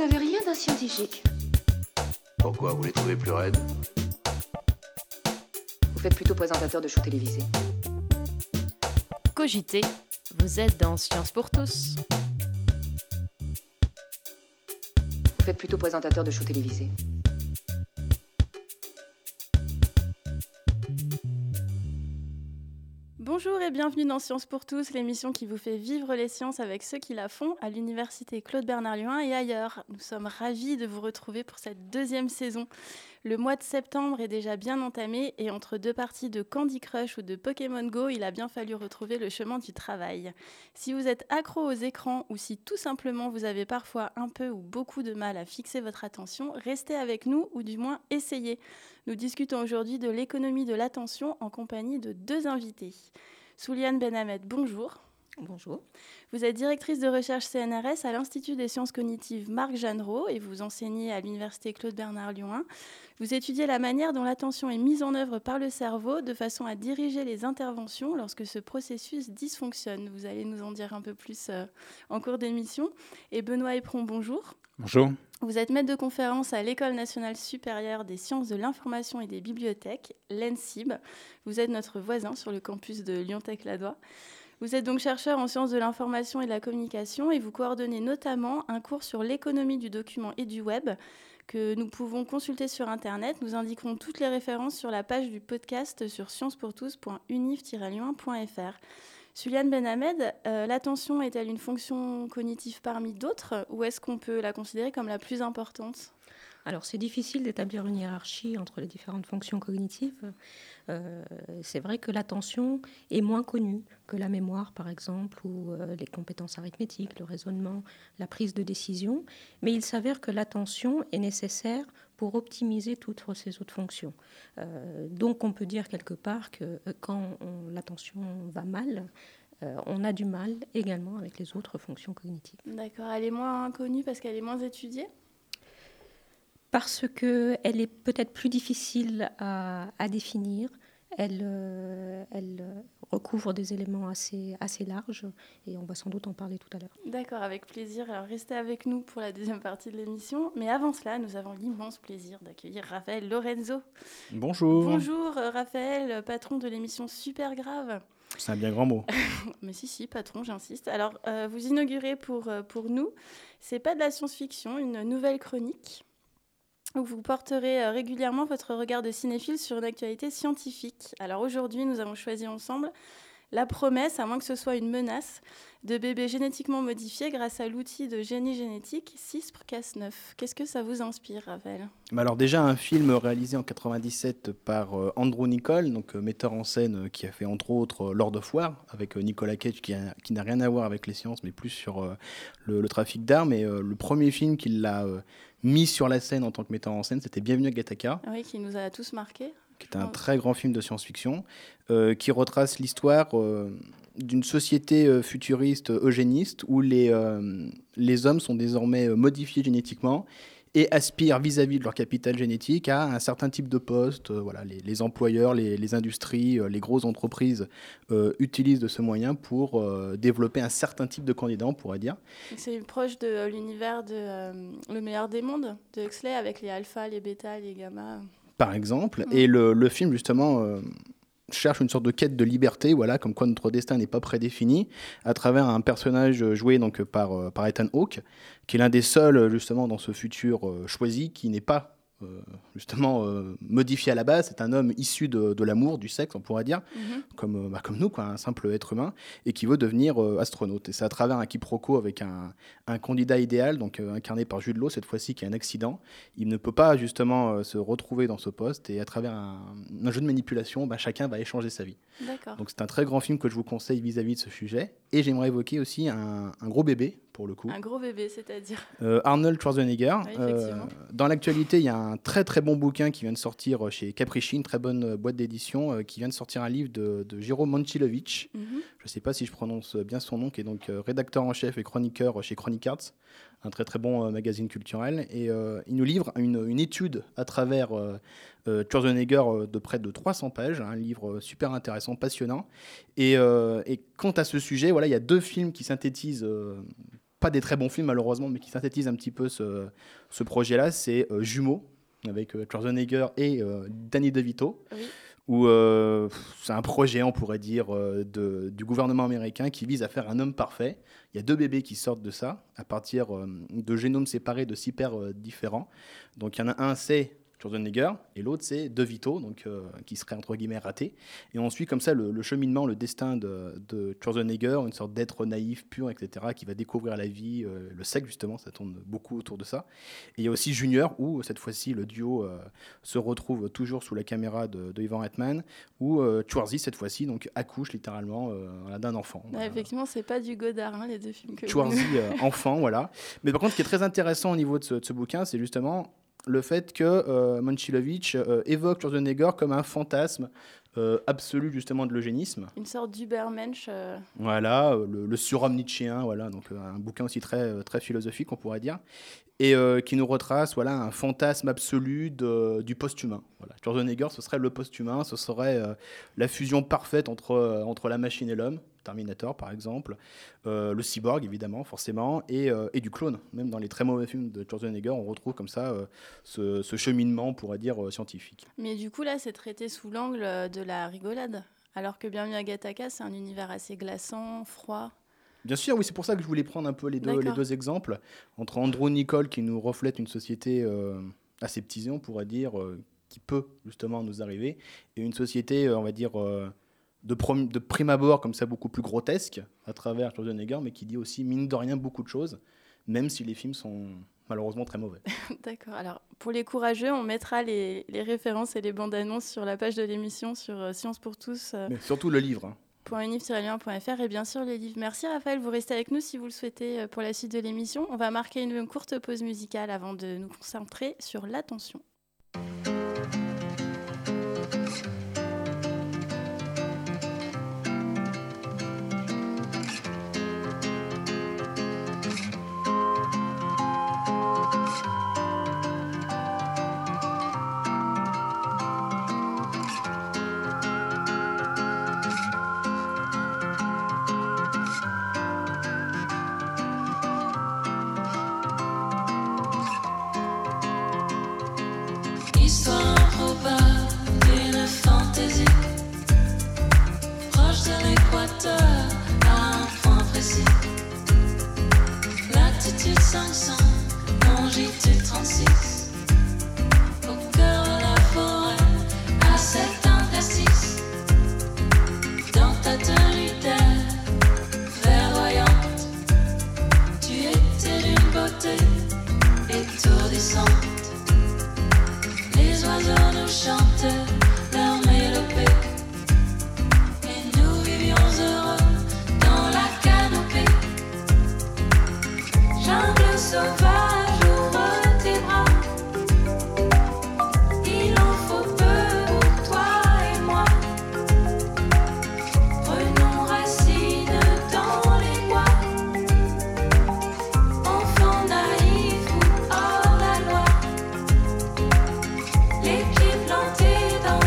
n'avez rien d'un scientifique. Pourquoi vous les trouvez plus raides? Vous faites plutôt présentateur de show télévisé. Cogitez, vous êtes dans Science pour tous. Vous faites plutôt présentateur de show télévisé. Bonjour et bienvenue dans Science pour tous, l'émission qui vous fait vivre les sciences avec ceux qui la font à l'université Claude Bernard Lhuin et ailleurs. Nous sommes ravis de vous retrouver pour cette deuxième saison. Le mois de septembre est déjà bien entamé et entre deux parties de Candy Crush ou de Pokémon Go, il a bien fallu retrouver le chemin du travail. Si vous êtes accro aux écrans ou si tout simplement vous avez parfois un peu ou beaucoup de mal à fixer votre attention, restez avec nous ou du moins essayez. Nous discutons aujourd'hui de l'économie de l'attention en compagnie de deux invités. Souliane Benhamed, bonjour. Bonjour. Vous êtes directrice de recherche CNRS à l'Institut des sciences cognitives Marc Jeanneraud et vous enseignez à l'Université Claude Bernard Lhuin. Vous étudiez la manière dont l'attention est mise en œuvre par le cerveau de façon à diriger les interventions lorsque ce processus dysfonctionne. Vous allez nous en dire un peu plus en cours d'émission. Et Benoît Éperon, bonjour. Bonjour. Vous êtes maître de conférence à l'École nationale supérieure des sciences de l'information et des bibliothèques, l'ENSIB. Vous êtes notre voisin sur le campus de Lyon-Tech-Ladois. Vous êtes donc chercheur en sciences de l'information et de la communication et vous coordonnez notamment un cours sur l'économie du document et du web que nous pouvons consulter sur Internet. Nous indiquerons toutes les références sur la page du podcast sur sciencepourtous.unif-lyon.fr. Souliane Benhamed, l'attention est-elle une fonction cognitive parmi d'autres ou est-ce qu'on peut la considérer comme la plus importante ? Alors, c'est difficile d'établir une hiérarchie entre les différentes fonctions cognitives. C'est vrai que l'attention est moins connue que la mémoire, par exemple, ou les compétences arithmétiques, le raisonnement, la prise de décision. Mais il s'avère que l'attention est nécessaire pour optimiser toutes ces autres fonctions. Donc, on peut dire quelque part que quand l'attention va mal, on a du mal également avec les autres fonctions cognitives. D'accord. Elle est moins connue parce qu'elle est moins étudiée ? Parce qu'elle est peut-être plus difficile à définir. Elle recouvre des éléments assez larges et on va sans doute en parler tout à l'heure. D'accord, avec plaisir. Alors restez avec nous pour la deuxième partie de l'émission. Mais avant cela, nous avons l'immense plaisir d'accueillir Raphaël Lorenzo. Bonjour. Bonjour Raphaël, patron de l'émission Super Grave. C'est un bien grand mot. Mais si, patron, j'insiste. Alors, vous inaugurez pour nous, c'est pas de la science-fiction, une nouvelle chronique où vous porterez régulièrement votre regard de cinéphile sur une actualité scientifique. Alors aujourd'hui, nous avons choisi ensemble la promesse, à moins que ce soit une menace, de bébés génétiquement modifiés grâce à l'outil de génie génétique CRISPR-Cas9. Qu'est-ce que ça vous inspire, Raphaël ? Alors déjà, un film réalisé en 97 par Andrew Niccol, donc metteur en scène qui a fait entre autres Lord of War, avec Nicolas Cage qui n'a rien à voir avec les sciences, mais plus sur le trafic d'armes. Et le premier film qui l'a mis sur la scène en tant que metteur en scène, c'était Bienvenue à Gattaca. Oui, qui nous a tous marqués. Qui est un très grand film de science-fiction, qui retrace l'histoire d'une société futuriste eugéniste où les hommes sont désormais modifiés génétiquement et aspirent vis-à-vis de leur capital génétique à un certain type de poste. Voilà, les employeurs, les industries, les grosses entreprises utilisent de ce moyen pour développer un certain type de candidat, on pourrait dire. C'est proche de l'univers de Le meilleur des mondes, de Huxley, avec les alphas, les bêtas, les gammas. Par exemple, et le film justement cherche une sorte de quête de liberté, voilà, comme quoi notre destin n'est pas prédéfini, à travers un personnage joué donc par Ethan Hawke, qui est l'un des seuls justement dans ce futur choisi qui n'est pas modifié à la base. C'est un homme issu de l'amour, du sexe, on pourrait dire, comme nous, quoi, un simple être humain, et qui veut devenir astronaute. Et c'est à travers un quiproquo avec un candidat idéal, donc incarné par Jude Law, cette fois-ci, qui a un accident. Il ne peut pas justement se retrouver dans ce poste, et à travers un jeu de manipulation, chacun va échanger sa vie. D'accord. Donc c'est un très grand film que je vous conseille vis-à-vis de ce sujet. Et j'aimerais évoquer aussi un gros bébé, pour le coup. Un gros bébé, c'est-à-dire Arnold Schwarzenegger. Oui, dans l'actualité, il y a un très très bon bouquin qui vient de sortir chez Capricci, une très bonne boîte d'édition, qui vient de sortir un livre de Jérôme Momcilovic. Je ne sais pas si je prononce bien son nom, qui est donc rédacteur en chef et chroniqueur chez Chronic Arts, un très très bon magazine culturel. Et il nous livre une étude à travers Schwarzenegger de près de 300 pages, un livre super intéressant, passionnant. Et quant à ce sujet, voilà, il y a deux films qui synthétisent pas des très bons films malheureusement, mais qui synthétisent un petit peu ce projet-là, c'est Jumeaux, avec Schwarzenegger et Danny DeVito, Oui. où c'est un projet, on pourrait dire, du gouvernement américain qui vise à faire un homme parfait. Il y a 2 bébés qui sortent de ça, à partir de génomes séparés de 6 pères différents. Donc il y en a un, c'est Schwarzenegger, et l'autre, c'est DeVito, donc, qui serait entre guillemets raté. Et on suit comme ça le cheminement, le destin de Schwarzenegger, une sorte d'être naïf, pur, etc., qui va découvrir la vie, le sexe, justement, ça tourne beaucoup autour de ça. Et il y a aussi Junior, où cette fois-ci, le duo se retrouve toujours sous la caméra de Ivan Reitman, où Schwarzy, cette fois-ci, donc, accouche littéralement d'un enfant. Effectivement, c'est pas du Godard, hein, les 2 films que Schwarzy, enfant, voilà. Mais par contre, ce qui est très intéressant au niveau de ce bouquin, c'est justement le fait que Momcilovic évoque Schwarzenegger comme un fantasme absolu justement de l'eugénisme. Une sorte d'Ubermensch. Voilà, le surhomme nietzschéen, voilà, donc un bouquin aussi très, très philosophique, on pourrait dire, et qui nous retrace voilà, un fantasme absolu du post-humain. Voilà. Schwarzenegger, ce serait le post-humain, ce serait la fusion parfaite entre la machine et l'homme, Terminator par exemple, le cyborg évidemment, forcément, et du clone. Même dans les très mauvais films de Schwarzenegger, on retrouve comme ça ce cheminement, on pourrait dire, scientifique. Mais du coup, là, c'est traité sous l'angle de la rigolade, alors que Bienvenue à Gattaca, c'est un univers assez glaçant, froid. Bien sûr, oui, c'est pour ça que je voulais prendre un peu les deux exemples, entre Andrew Niccol, qui nous reflète une société assez aseptisée, on pourrait dire, qui peut justement nous arriver, et une société, on va dire, de prime abord, comme ça, beaucoup plus grotesque, à travers Schwarzenegger, mais qui dit aussi, mine de rien, beaucoup de choses, même si les films sont malheureusement très mauvais. D'accord. Alors, pour les courageux, on mettra les références et les bandes annonces sur la page de l'émission sur Science pour tous. Mais surtout le livre. .unif-lyon.fr et bien sûr les livres. Merci Raphaël, vous restez avec nous si vous le souhaitez pour la suite de l'émission. On va marquer une courte pause musicale avant de nous concentrer sur l'attention. Les pieds plantés dans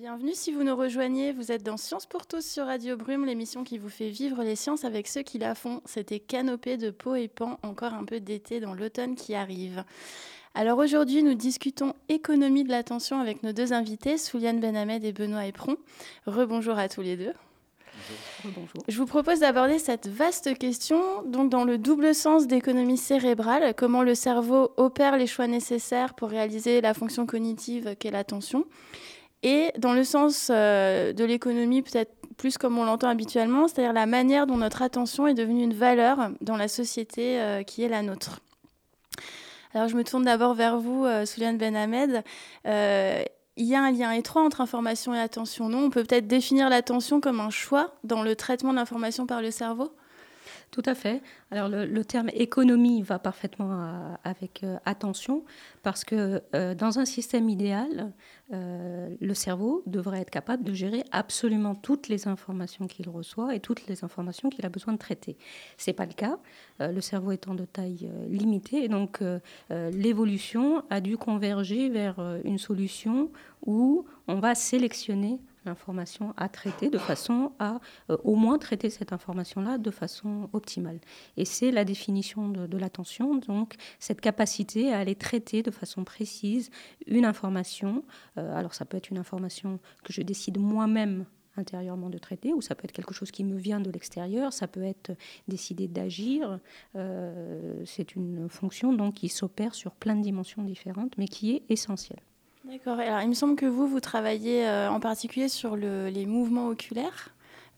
Bienvenue si vous nous rejoignez, vous êtes dans Sciences pour tous sur Radio Brume, l'émission qui vous fait vivre les sciences avec ceux qui la font. C'était Canopée de Pau et Pan, encore un peu d'été dans l'automne qui arrive. Alors aujourd'hui, nous discutons économie de l'attention avec nos deux invités, Souliane Benhamed et Benoît Éperon. Rebonjour à tous les deux. Bonjour. Je vous propose d'aborder cette vaste question, donc dans le double sens d'économie cérébrale, comment le cerveau opère les choix nécessaires pour réaliser la fonction cognitive qu'est l'attention, et dans le sens de l'économie peut-être plus comme on l'entend habituellement, c'est-à-dire la manière dont notre attention est devenue une valeur dans la société qui est la nôtre. Alors je me tourne d'abord vers vous, Souliane Benhamed. Il y a un lien étroit entre information et attention, non ? On peut peut-être définir l'attention comme un choix dans le traitement de l'information par le cerveau ? Tout à fait. Alors le terme économie va parfaitement avec attention parce que dans un système idéal, le cerveau devrait être capable de gérer absolument toutes les informations qu'il reçoit et toutes les informations qu'il a besoin de traiter. Ce n'est pas le cas, le cerveau étant de taille limitée, et donc l'évolution a dû converger vers une solution où on va sélectionner l'information à traiter de façon à au moins traiter cette information-là de façon optimale. Et c'est la définition de l'attention, donc cette capacité à aller traiter de façon précise une information. Alors ça peut être une information que je décide moi-même intérieurement de traiter, ou ça peut être quelque chose qui me vient de l'extérieur, ça peut être décider d'agir. C'est une fonction donc qui s'opère sur plein de dimensions différentes, mais qui est essentielle. D'accord. Alors, il me semble que vous travaillez en particulier sur les mouvements oculaires,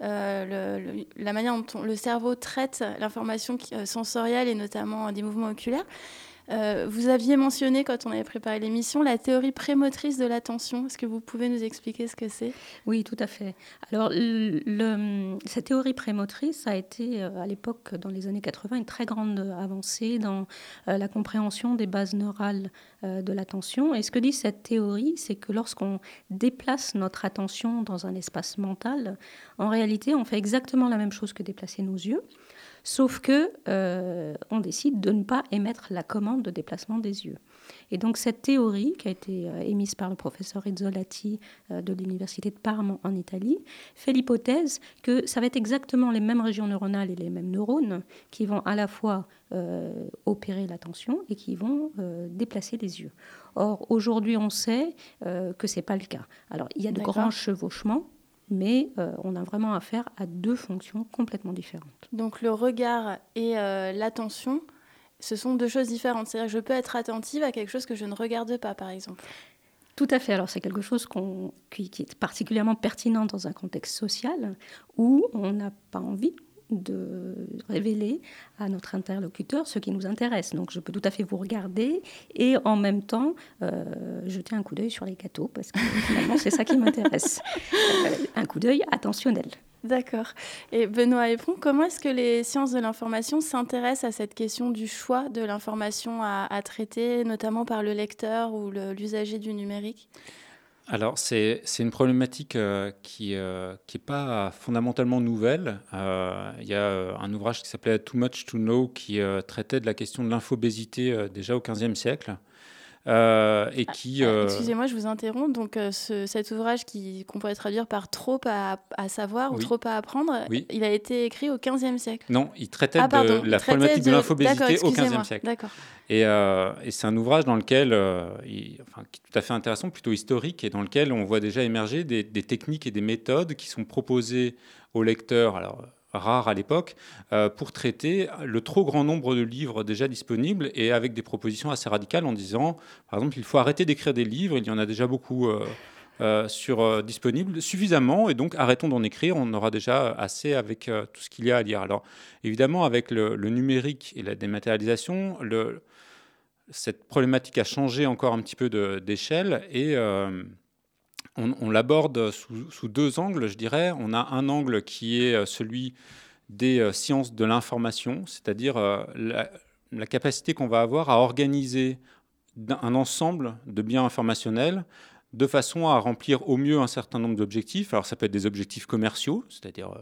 la manière dont le cerveau traite l'information sensorielle et notamment des mouvements oculaires. Vous aviez mentionné, quand on avait préparé l'émission, la théorie prémotrice de l'attention. Est-ce que vous pouvez nous expliquer ce que c'est ? Oui, tout à fait. Alors, cette théorie prémotrice a été, à l'époque, dans les années 80, une très grande avancée dans la compréhension des bases neurales de l'attention. Et ce que dit cette théorie, c'est que lorsqu'on déplace notre attention dans un espace mental, en réalité, on fait exactement la même chose que déplacer nos yeux. Sauf que on décide de ne pas émettre la commande de déplacement des yeux. Et donc cette théorie, qui a été émise par le professeur Izzolati de l'université de Parme en Italie, fait l'hypothèse que ça va être exactement les mêmes régions neuronales et les mêmes neurones qui vont à la fois opérer l'attention et qui vont déplacer les yeux. Or, aujourd'hui, on sait que ce n'est pas le cas. Alors, il y a de grands chevauchements, mais on a vraiment affaire à deux fonctions complètement différentes. Donc le regard et l'attention, ce sont deux choses différentes. C'est-à-dire que je peux être attentive à quelque chose que je ne regarde pas, par exemple. Tout à fait. Alors c'est quelque chose qui est particulièrement pertinent dans un contexte social où on n'a pas envie de révéler à notre interlocuteur ce qui nous intéresse. Donc je peux tout à fait vous regarder et en même temps jeter un coup d'œil sur les gâteaux parce que finalement c'est ça qui m'intéresse. Un coup d'œil attentionnel. D'accord. Et Benoît Éperon, comment est-ce que les sciences de l'information s'intéressent à cette question du choix de l'information à traiter, notamment par le lecteur ou l'usager du numérique ? Alors, c'est une problématique qui est pas fondamentalement nouvelle. Il y a un ouvrage qui s'appelait « Too Much to Know » qui traitait de la question de l'infobésité déjà au XVe siècle. Et qui, excusez-moi, je vous interromps. Donc, cet ouvrage qu'on pourrait traduire par « trop à savoir » ou « trop à apprendre », il a été écrit au XVe siècle. Non, il traitait de la problématique de l'infobésité au XVe siècle. D'accord. Et c'est un ouvrage dans lequel, qui est tout à fait intéressant, plutôt historique, et dans lequel on voit déjà émerger des techniques et des méthodes qui sont proposées aux lecteurs, alors rares à l'époque, pour traiter le trop grand nombre de livres déjà disponibles et avec des propositions assez radicales en disant, par exemple, il faut arrêter d'écrire des livres, il y en a déjà beaucoup disponibles, suffisamment, et donc arrêtons d'en écrire, on aura déjà assez avec tout ce qu'il y a à lire. Alors évidemment, avec le numérique et la dématérialisation, cette problématique a changé encore un petit peu d'échelle et on l'aborde sous deux angles, je dirais. On a un angle qui est celui des sciences de l'information, c'est-à-dire la capacité qu'on va avoir à organiser un ensemble de biens informationnels de façon à remplir au mieux un certain nombre d'objectifs. Alors ça peut être des objectifs commerciaux, c'est-à-dire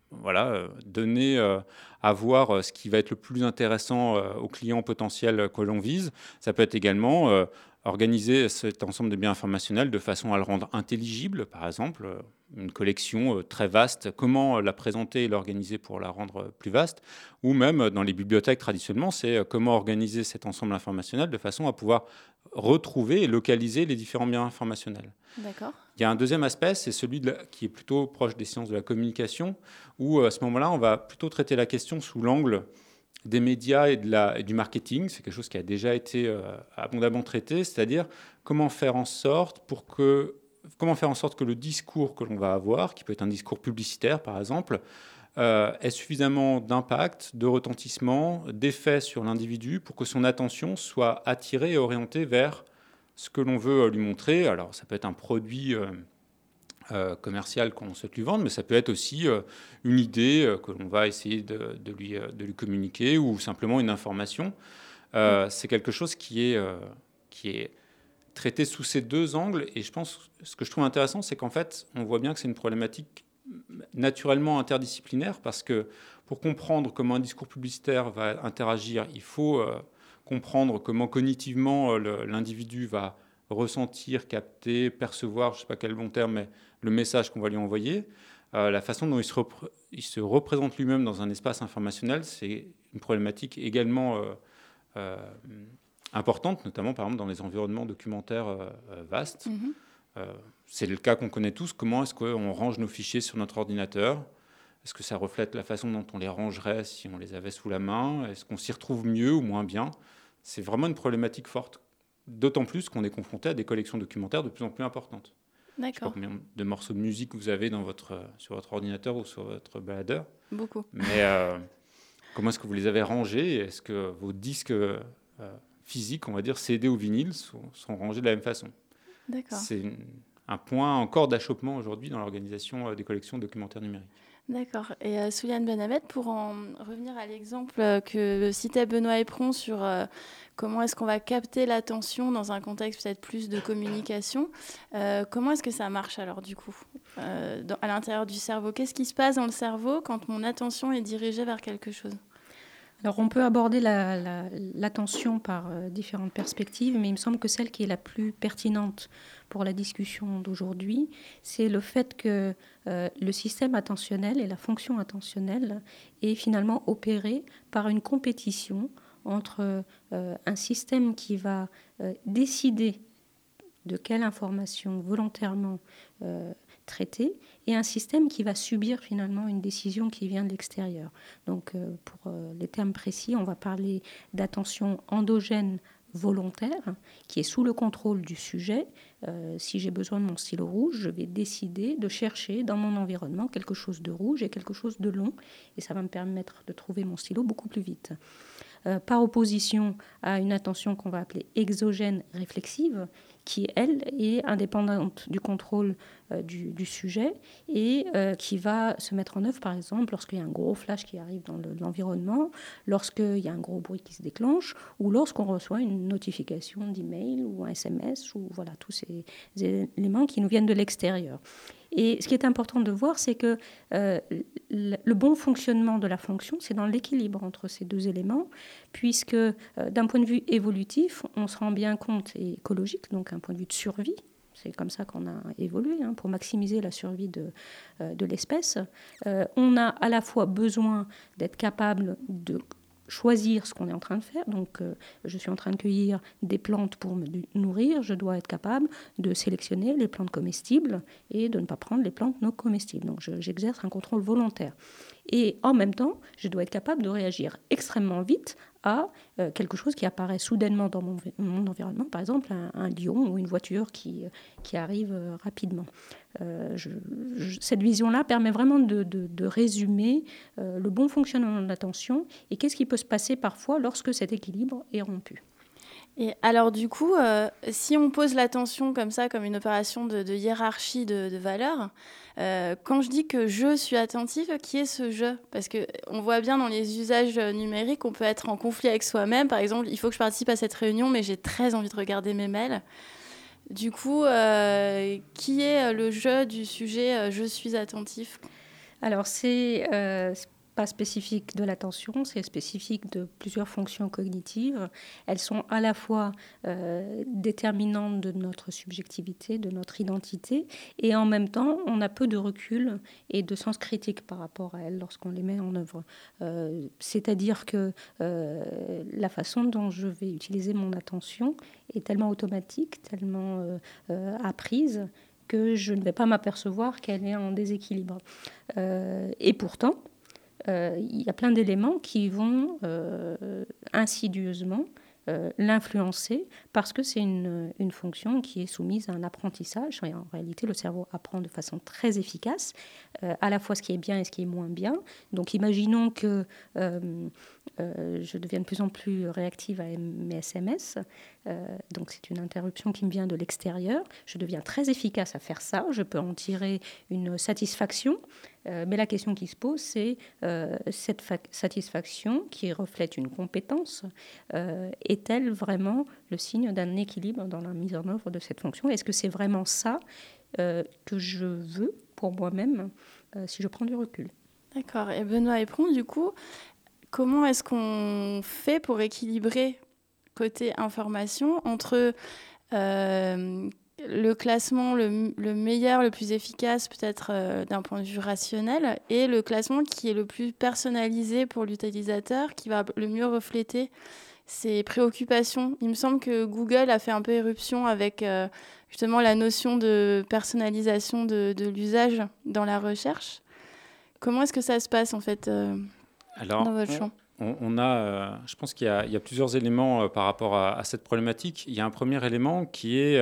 donner à voir ce qui va être le plus intéressant aux clients potentiels que l'on vise. Ça peut être également organiser cet ensemble de biens informationnels de façon à le rendre intelligible, par exemple, une collection très vaste, comment la présenter et l'organiser pour la rendre plus vaste, ou même dans les bibliothèques traditionnellement, c'est comment organiser cet ensemble informationnel de façon à pouvoir retrouver et localiser les différents biens informationnels. D'accord. Il y a un deuxième aspect, c'est celui qui est plutôt proche des sciences de la communication, où à ce moment-là, on va plutôt traiter la question sous l'angle des médias et du marketing. C'est quelque chose qui a déjà été abondamment traité, c'est-à-dire comment faire en sorte que le discours que l'on va avoir, qui peut être un discours publicitaire par exemple, ait suffisamment d'impact, de retentissement, d'effet sur l'individu pour que son attention soit attirée et orientée vers ce que l'on veut lui montrer. Alors ça peut être un produit commercial qu'on souhaite lui vendre, mais ça peut être aussi une idée que l'on va essayer de lui communiquer ou simplement une information. C'est quelque chose qui est traité sous ces deux angles, et je pense, ce que je trouve intéressant, c'est qu'en fait, on voit bien que c'est une problématique naturellement interdisciplinaire, parce que pour comprendre comment un discours publicitaire va interagir, il faut comprendre comment cognitivement l'individu va ressentir, capter, percevoir, je ne sais pas quel bon terme, mais le message qu'on va lui envoyer. La façon dont il se représente lui-même dans un espace informationnel, c'est une problématique également importante, notamment par exemple dans les environnements documentaires vastes. C'est le cas qu'on connaît tous. Comment est-ce qu'on range nos fichiers sur notre ordinateur ? Est-ce que ça reflète la façon dont on les rangerait si on les avait sous la main ? Est-ce qu'on s'y retrouve mieux ou moins bien ? C'est vraiment une problématique forte, d'autant plus qu'on est confronté à des collections documentaires de plus en plus importantes. D'accord. Je ne sais pas combien de morceaux de musique vous avez sur votre ordinateur ou sur votre baladeur. Beaucoup. Mais comment est-ce que vous les avez rangés ? Est-ce que vos disques physiques, on va dire CD ou vinyle, sont rangés de la même façon ? D'accord. C'est un point encore d'achoppement aujourd'hui dans l'organisation des collections documentaires numériques. D'accord. Et Souliane Benhamet, pour en revenir à l'exemple que citait Benoît Éperon sur comment est-ce qu'on va capter l'attention dans un contexte peut-être plus de communication, comment est-ce que ça marche alors du coup à l'intérieur du cerveau ? Qu'est-ce qui se passe dans le cerveau quand mon attention est dirigée vers quelque chose ? Alors on peut aborder l'attention par différentes perspectives, mais il me semble que celle qui est la plus pertinente pour la discussion d'aujourd'hui, c'est le fait que le système attentionnel et la fonction attentionnelle est finalement opéré par une compétition entre un système qui va décider de quelle information volontairement traiter et un système qui va subir finalement une décision qui vient de l'extérieur. Donc pour les termes précis, on va parler d'attention endogène volontaire qui est sous le contrôle du sujet. Si j'ai besoin de mon stylo rouge, je vais décider de chercher dans mon environnement quelque chose de rouge et quelque chose de long, et ça va me permettre de trouver mon stylo beaucoup plus vite. Par opposition à une attention qu'on va appeler exogène réflexive, qui, elle, est indépendante du contrôle du sujet et qui va se mettre en œuvre, par exemple, lorsqu'il y a un gros flash qui arrive dans l'environnement, lorsqu'il y a un gros bruit qui se déclenche, ou lorsqu'on reçoit une notification d'email ou un SMS, ou voilà, tous ces éléments qui nous viennent de l'extérieur. Et ce qui est important de voir, c'est que le bon fonctionnement de la fonction, c'est dans l'équilibre entre ces deux éléments, puisque d'un point de vue évolutif, on se rend bien compte, et écologique, donc un point de vue de survie, c'est comme ça qu'on a évolué, pour maximiser la survie de l'espèce, on a à la fois besoin d'être capable de choisir ce qu'on est en train de faire. Donc, je suis en train de cueillir des plantes pour me nourrir. Je dois être capable de sélectionner les plantes comestibles et de ne pas prendre les plantes non comestibles. Donc, j'exerce un contrôle volontaire. Et en même temps, je dois être capable de réagir extrêmement vite à quelque chose qui apparaît soudainement dans mon environnement, par exemple un lion ou une voiture qui arrive rapidement. Cette vision-là permet vraiment de résumer le bon fonctionnement de l'attention et qu'est-ce qui peut se passer parfois lorsque cet équilibre est rompu. Et alors du coup, si on pose l'attention comme ça, comme une opération de hiérarchie de valeurs, quand je dis que je suis attentive, qui est ce je ? Parce qu'on voit bien dans les usages numériques, on peut être en conflit avec soi-même. Par exemple, il faut que je participe à cette réunion, mais j'ai très envie de regarder mes mails. Du coup, qui est le je du sujet « je suis attentif » ? Alors, c'est pas spécifique de l'attention, c'est spécifique de plusieurs fonctions cognitives. Elles sont à la fois déterminantes de notre subjectivité, de notre identité, et en même temps, on a peu de recul et de sens critique par rapport à elles lorsqu'on les met en œuvre. C'est-à-dire que la façon dont je vais utiliser mon attention est tellement automatique, tellement apprise, que je ne vais pas m'apercevoir qu'elle est en déséquilibre. Et pourtant, il y a plein d'éléments qui vont insidieusement l'influencer parce que c'est une fonction qui est soumise à un apprentissage. Et en réalité, le cerveau apprend de façon très efficace, à la fois ce qui est bien et ce qui est moins bien. Donc imaginons que je devienne de plus en plus réactive à mes SMS. Donc c'est une interruption qui me vient de l'extérieur. Je deviens très efficace à faire ça. Je peux en tirer une satisfaction. Mais la question qui se pose, c'est cette satisfaction qui reflète une compétence, est-elle vraiment le signe d'un équilibre dans la mise en œuvre de cette fonction ? Est-ce que c'est vraiment ça que je veux pour moi-même si je prends du recul ? D'accord. Et Benoît Éperon, du coup, comment est-ce qu'on fait pour équilibrer côté information entre le classement le meilleur, le plus efficace peut-être d'un point de vue rationnel et le classement qui est le plus personnalisé pour l'utilisateur, qui va le mieux refléter ses préoccupations. Il me semble que Google a fait un peu éruption avec justement la notion de personnalisation de l'usage dans la recherche. Comment est-ce que ça se passe en fait dans votre champ ? On a, je pense qu'il y a plusieurs éléments par rapport à cette problématique. Il y a un premier élément qui est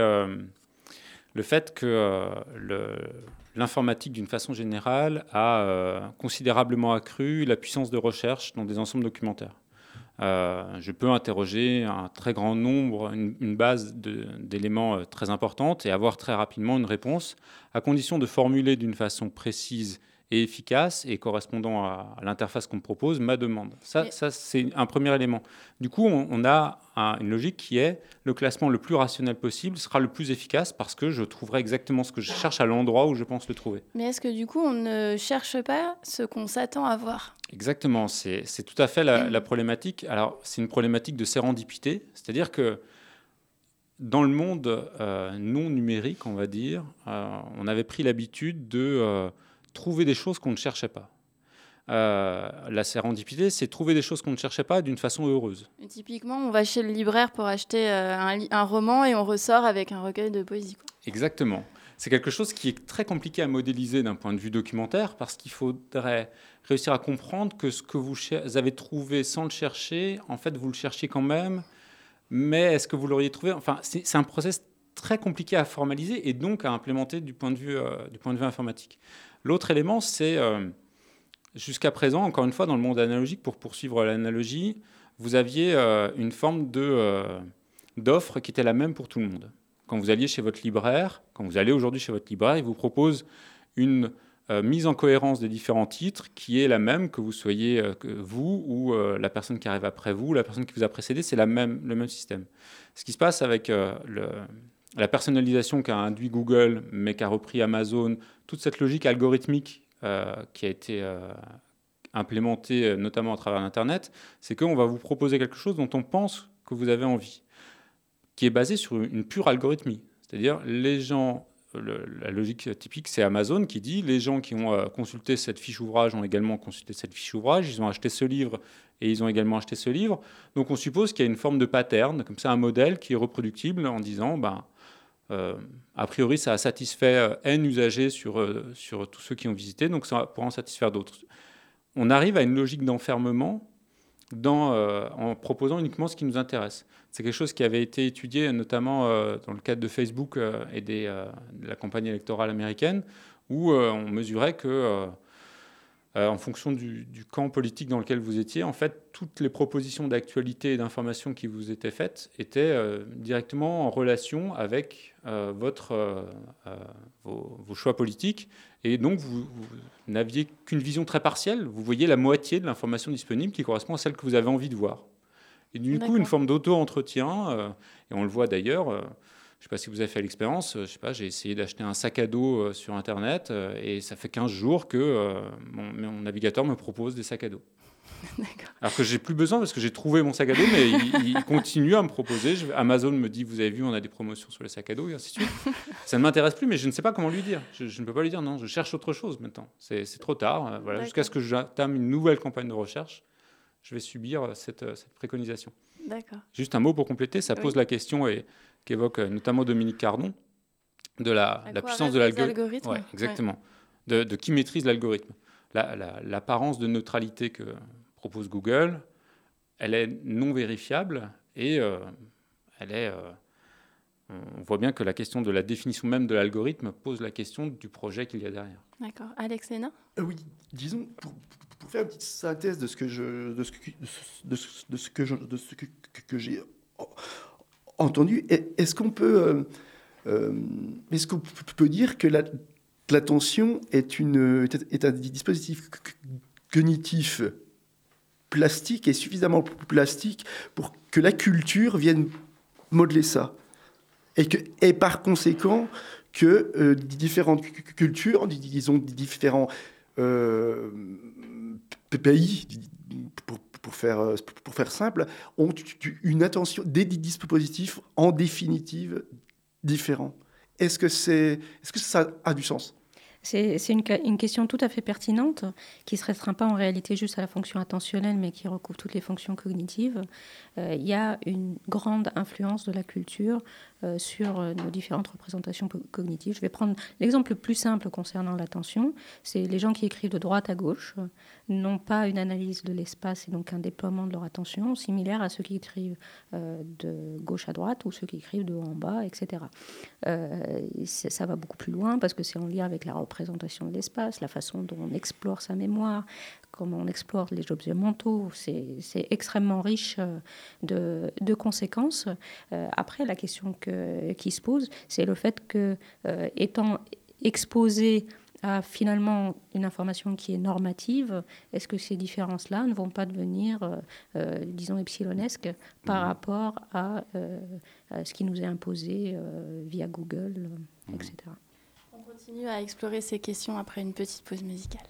le fait que l'informatique, d'une façon générale, a considérablement accru la puissance de recherche dans des ensembles documentaires. Je peux interroger un très grand nombre, une base d'éléments très importante et avoir très rapidement une réponse, à condition de formuler d'une façon précise et efficace et correspondant à l'interface qu'on me propose, ma demande. Ça, c'est un premier élément. Du coup, on a une logique qui est le classement le plus rationnel possible sera le plus efficace parce que je trouverai exactement ce que je cherche à l'endroit où je pense le trouver. Mais est-ce que du coup, on ne cherche pas ce qu'on s'attend à voir ? Exactement, c'est tout à fait la problématique. Alors, c'est une problématique de sérendipité, c'est-à-dire que dans le monde non numérique, on va dire, on avait pris l'habitude de trouver des choses qu'on ne cherchait pas. La sérendipité, c'est trouver des choses qu'on ne cherchait pas d'une façon heureuse. Et typiquement, on va chez le libraire pour acheter un roman et on ressort avec un recueil de poésie, quoi. Exactement. C'est quelque chose qui est très compliqué à modéliser d'un point de vue documentaire parce qu'il faudrait réussir à comprendre que ce que vous avez trouvé sans le chercher, en fait, vous le cherchiez quand même, mais est-ce que vous l'auriez trouvé ? Enfin, c'est un process très compliqué à formaliser et donc à implémenter du point de vue informatique. L'autre élément, c'est, jusqu'à présent, encore une fois, dans le monde analogique, pour poursuivre l'analogie, vous aviez une forme d'offre qui était la même pour tout le monde. Quand vous alliez chez votre libraire, quand vous allez aujourd'hui chez votre libraire, il vous propose une mise en cohérence des différents titres qui est la même que vous soyez vous ou la personne qui arrive après vous, la personne qui vous a précédé, c'est le même système. Ce qui se passe avec la personnalisation qu'a induit Google, mais qu'a repris Amazon, toute cette logique algorithmique qui a été implémentée notamment à travers l'Internet, c'est qu'on va vous proposer quelque chose dont on pense que vous avez envie, qui est basé sur une pure algorithmie. C'est-à-dire, les gens, la logique typique, c'est Amazon qui dit les gens qui ont consulté cette fiche ouvrage ont également consulté cette fiche ouvrage, ils ont acheté ce livre et ils ont également acheté ce livre. Donc on suppose qu'il y a une forme de pattern, comme ça un modèle qui est reproductible en disant a priori ça a satisfait N usagers sur tous ceux qui ont visité, donc ça pourra en satisfaire d'autres. On arrive à une logique d'enfermement en proposant uniquement ce qui nous intéresse. C'est quelque chose qui avait été étudié notamment dans le cadre de Facebook et de la campagne électorale américaine, où on mesurait que, en fonction du camp politique dans lequel vous étiez, en fait, toutes les propositions d'actualité et d'information qui vous étaient faites étaient directement en relation avec vos choix politiques. Et donc, vous n'aviez qu'une vision très partielle. Vous voyez la moitié de l'information disponible qui correspond à celle que vous avez envie de voir. Et du coup, une forme d'auto-entretien, et on le voit d'ailleurs, Je ne sais pas si vous avez fait l'expérience. J'ai essayé d'acheter un sac à dos sur Internet et ça fait 15 jours que mon navigateur me propose des sacs à dos. D'accord. Alors que j'ai plus besoin parce que j'ai trouvé mon sac à dos, mais il continue à me proposer. Amazon me dit, vous avez vu, on a des promotions sur les sacs à dos et ainsi de suite. Ça ne m'intéresse plus, mais je ne sais pas comment lui dire. Je ne peux pas lui dire non, je cherche autre chose maintenant. C'est trop tard. Voilà, jusqu'à ce que j'entame une nouvelle campagne de recherche, je vais subir cette préconisation. D'accord. Juste un mot pour compléter, ça pose la question et qu'évoque notamment Dominique Cardon de la puissance de l'algorithme. Ouais, exactement. Ouais. De qui maîtrise l'algorithme. L'apparence de neutralité que propose Google, elle est non vérifiable et on voit bien que la question de la définition même de l'algorithme pose la question du projet qu'il y a derrière. D'accord. Alex Léna ? Oui, disons, pour faire une petite synthèse de ce que j'ai entendu, est-ce qu'on peut dire que l'attention est un dispositif cognitif plastique et suffisamment plastique pour que la culture vienne modeler ça et par conséquent que différentes cultures, disons différents pays, pour faire simple, ont une attention, des dispositifs en définitive différents. Est-ce que ça a du sens ? C'est une question tout à fait pertinente qui ne se restreint pas en réalité juste à la fonction attentionnelle, mais qui recouvre toutes les fonctions cognitives. Il y a une grande influence de la culture sur nos différentes représentations cognitives. Je vais prendre l'exemple le plus simple concernant l'attention. C'est les gens qui écrivent de droite à gauche n'ont pas une analyse de l'espace et donc un déploiement de leur attention similaire à ceux qui écrivent de gauche à droite ou ceux qui écrivent de haut en bas, etc. Ça va beaucoup plus loin parce que c'est en lien avec la représentation de l'espace, la façon dont on explore sa mémoire, comment on explore les objets mentaux. C'est extrêmement riche de conséquences. Après, la question qui se pose, c'est le fait que, étant exposé à finalement une information qui est normative, est-ce que ces différences-là ne vont pas devenir, disons, epsilonesques par rapport à ce qui nous est imposé via Google, etc. On continue à explorer ces questions après une petite pause musicale.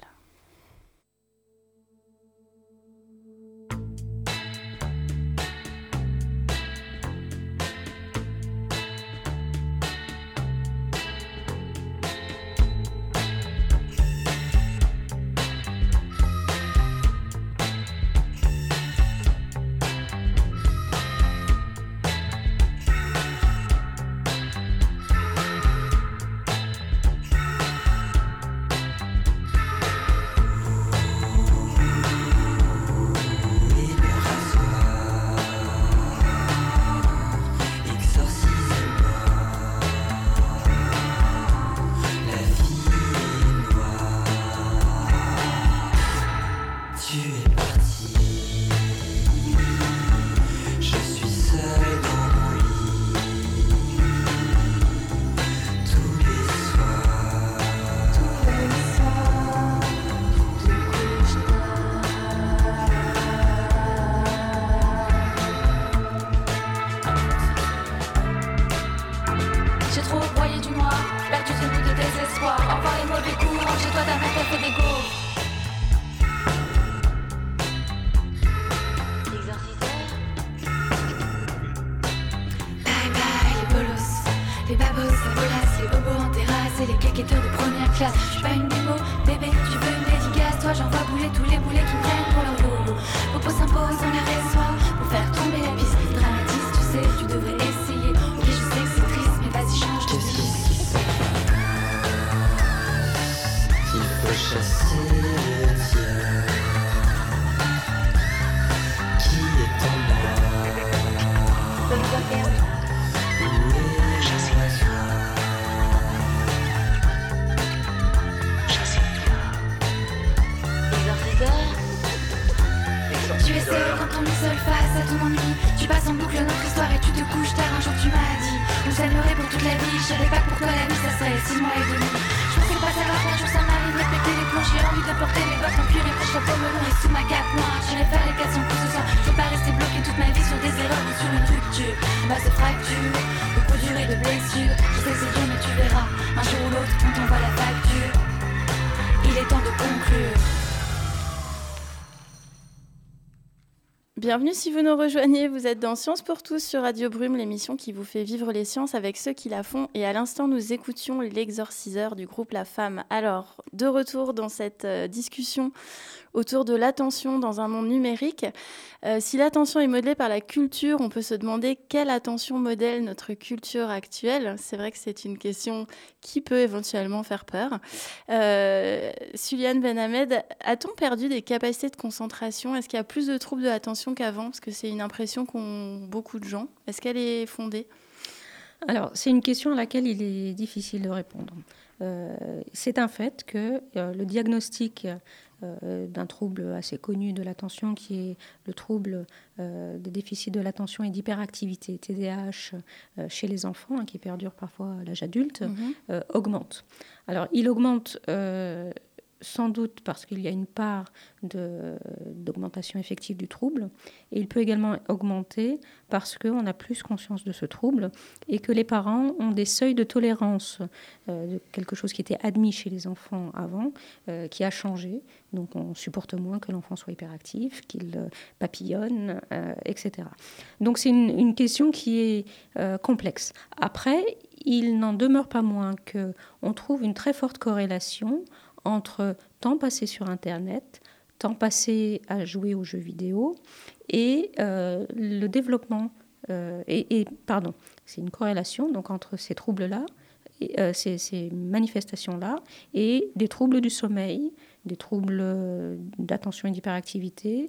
Sous ma cape noire, j'irai faire les 400 coups ce soir. Je peux pas rester bloqué toute ma vie sur des erreurs ou sur une truc. fracture, base de fracture, de coups durs et de blessures. Je sais c'est dur mais tu verras, un jour ou l'autre on t'envoie la facture. Il est temps de conclure. Bienvenue si vous nous rejoignez, vous êtes dans Sciences pour tous sur Radio Brume, l'émission qui vous fait vivre les sciences avec ceux qui la font. Et à l'instant, nous écoutions l'exorciseur du groupe La Femme. Alors, de retour dans cette discussion autour de l'attention dans un monde numérique. Si l'attention est modelée par la culture, on peut se demander quelle attention modèle notre culture actuelle. C'est vrai que c'est une question qui peut éventuellement faire peur. Suliane Benhamed, a-t-on perdu des capacités de concentration ? Est-ce qu'il y a plus de troubles de l'attention qu'avant ? Parce que c'est une impression qu'ont beaucoup de gens. Est-ce qu'elle est fondée ? Alors, c'est une question à laquelle il est difficile de répondre. C'est un fait que le diagnostic d'un trouble assez connu de l'attention, qui est le trouble des déficits de l'attention et d'hyperactivité, TDAH, chez les enfants, qui perdure parfois à l'âge adulte, augmente. Alors, il augmente sans doute parce qu'il y a une part d'augmentation effective du trouble, et il peut également augmenter parce qu'on a plus conscience de ce trouble et que les parents ont des seuils de tolérance de quelque chose qui était admis chez les enfants avant, qui a changé. Donc on supporte moins que l'enfant soit hyperactif, qu'il papillonne, etc. Donc c'est une question qui est complexe. Après, il n'en demeure pas moins qu'on trouve une très forte corrélation entre temps passé sur Internet, temps passé à jouer aux jeux vidéo et le développement. C'est une corrélation donc, entre ces troubles-là, ces manifestations-là, et des troubles du sommeil, des troubles d'attention et d'hyperactivité,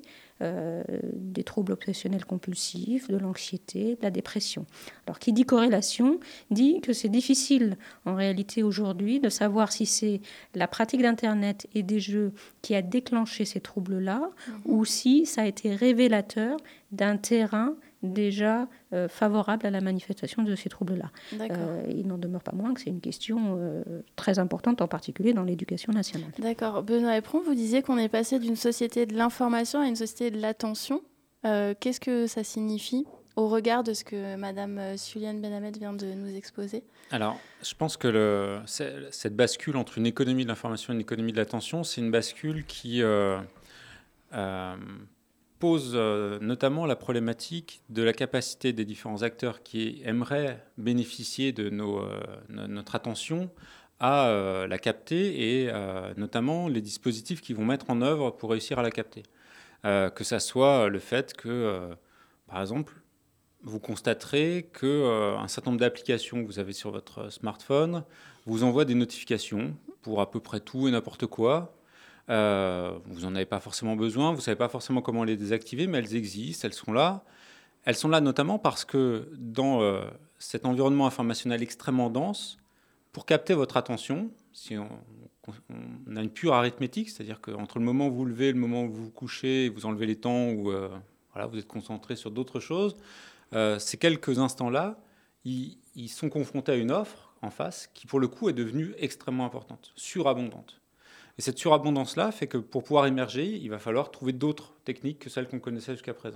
des troubles obsessionnels compulsifs, de l'anxiété, de la dépression. Alors, qui dit corrélation dit que c'est difficile en réalité aujourd'hui de savoir si c'est la pratique d'Internet et des jeux qui a déclenché ces troubles-là ou si ça a été révélateur d'un terrain déjà favorable à la manifestation de ces troubles-là. Il n'en demeure pas moins que c'est une question très importante, en particulier dans l'éducation nationale. D'accord. Benoît Epron, vous disiez qu'on est passé d'une société de l'information à une société de l'attention. Qu'est-ce que ça signifie au regard de ce que Madame Suliane Benhamed vient de nous exposer ? Alors, je pense que cette bascule entre une économie de l'information et une économie de l'attention, c'est une bascule qui pose notamment la problématique de la capacité des différents acteurs qui aimeraient bénéficier de notre attention à la capter et notamment les dispositifs qu'ils vont mettre en œuvre pour réussir à la capter. Que ça soit le fait que, par exemple, vous constaterez qu'un certain nombre d'applications que vous avez sur votre smartphone vous envoient des notifications pour à peu près tout et n'importe quoi. Vous n'en avez pas forcément besoin, vous ne savez pas forcément comment les désactiver, mais elles existent, elles sont là. Elles sont là notamment parce que dans cet environnement informationnel extrêmement dense, pour capter votre attention, si on a une pure arithmétique, c'est-à-dire qu'entre le moment où vous levez et le moment où vous vous couchez, vous enlevez les temps où vous êtes concentré sur d'autres choses, ces quelques instants-là, ils sont confrontés à une offre en face qui, pour le coup, est devenue extrêmement importante, surabondante. Et cette surabondance-là fait que pour pouvoir émerger, il va falloir trouver d'autres techniques que celles qu'on connaissait jusqu'à présent.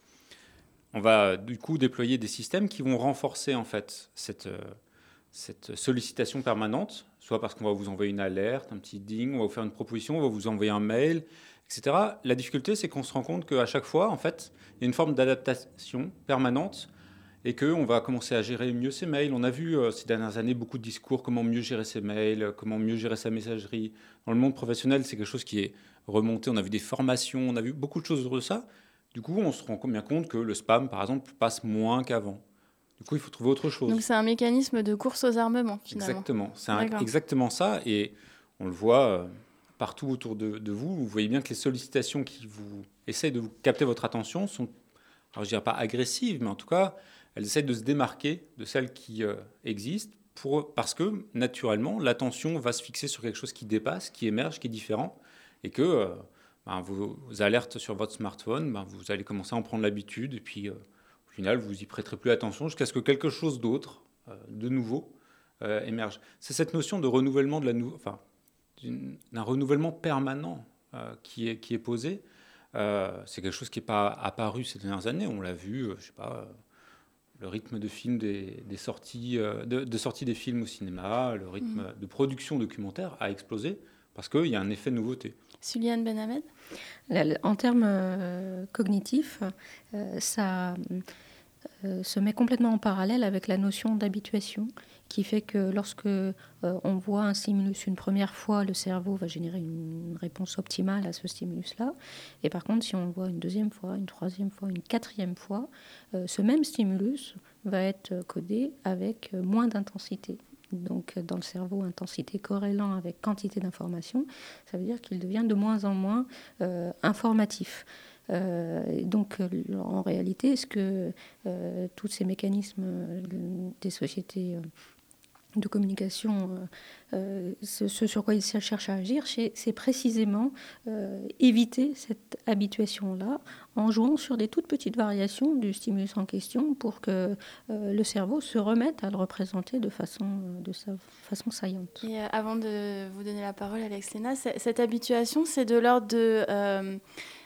On va du coup déployer des systèmes qui vont renforcer en fait cette sollicitation permanente, soit parce qu'on va vous envoyer une alerte, un petit ding, on va vous faire une proposition, on va vous envoyer un mail, etc. La difficulté, c'est qu'on se rend compte qu'à chaque fois, en fait, il y a une forme d'adaptation permanente et qu'on va commencer à gérer mieux ses mails. On a vu ces dernières années beaucoup de discours, comment mieux gérer ses mails, comment mieux gérer sa messagerie. Dans le monde professionnel, c'est quelque chose qui est remonté. On a vu des formations, on a vu beaucoup de choses autour de ça. Du coup, on se rend bien compte que le spam, par exemple, passe moins qu'avant. Du coup, il faut trouver autre chose. Donc, c'est un mécanisme de course aux armements, finalement. Exactement. C'est exactement ça. Et on le voit partout autour de vous. Vous voyez bien que les sollicitations qui vous essayent de vous capter votre attention sont, alors je ne dirais pas agressives, mais en tout cas, elles essayent de se démarquer de celles qui existent parce que, naturellement, l'attention va se fixer sur quelque chose qui dépasse, qui émerge, qui est différent, et que vos alertes sur votre smartphone, vous allez commencer à en prendre l'habitude, et puis au final, vous n'y prêterez plus attention jusqu'à ce que quelque chose d'autre, de nouveau, émerge. C'est cette notion de renouvellement d'un renouvellement permanent qui est posé. C'est quelque chose qui n'est pas apparu ces dernières années. On l'a vu, le rythme de film des sorties, de sortie des films au cinéma, le rythme de production documentaire a explosé parce qu'il y a un effet nouveauté. Suliane Benhamed ? En termes cognitifs, ça se met complètement en parallèle avec la notion d'habituation, qui fait que lorsque on voit un stimulus une première fois, le cerveau va générer une réponse optimale à ce stimulus-là. Et par contre, si on le voit une deuxième fois, une troisième fois, une quatrième fois, ce même stimulus va être codé avec moins d'intensité. Donc dans le cerveau, intensité corrélant avec quantité d'informations, ça veut dire qu'il devient de moins en moins informatif. Donc en réalité, est-ce que tous ces mécanismes des sociétés de communication, ce sur quoi ils cherchent à agir, c'est précisément éviter cette habituation-là en jouant sur des toutes petites variations du stimulus en question pour que le cerveau se remette à le représenter de façon saillante. Et avant de vous donner la parole, Alex Léna, cette habituation, c'est de l'ordre de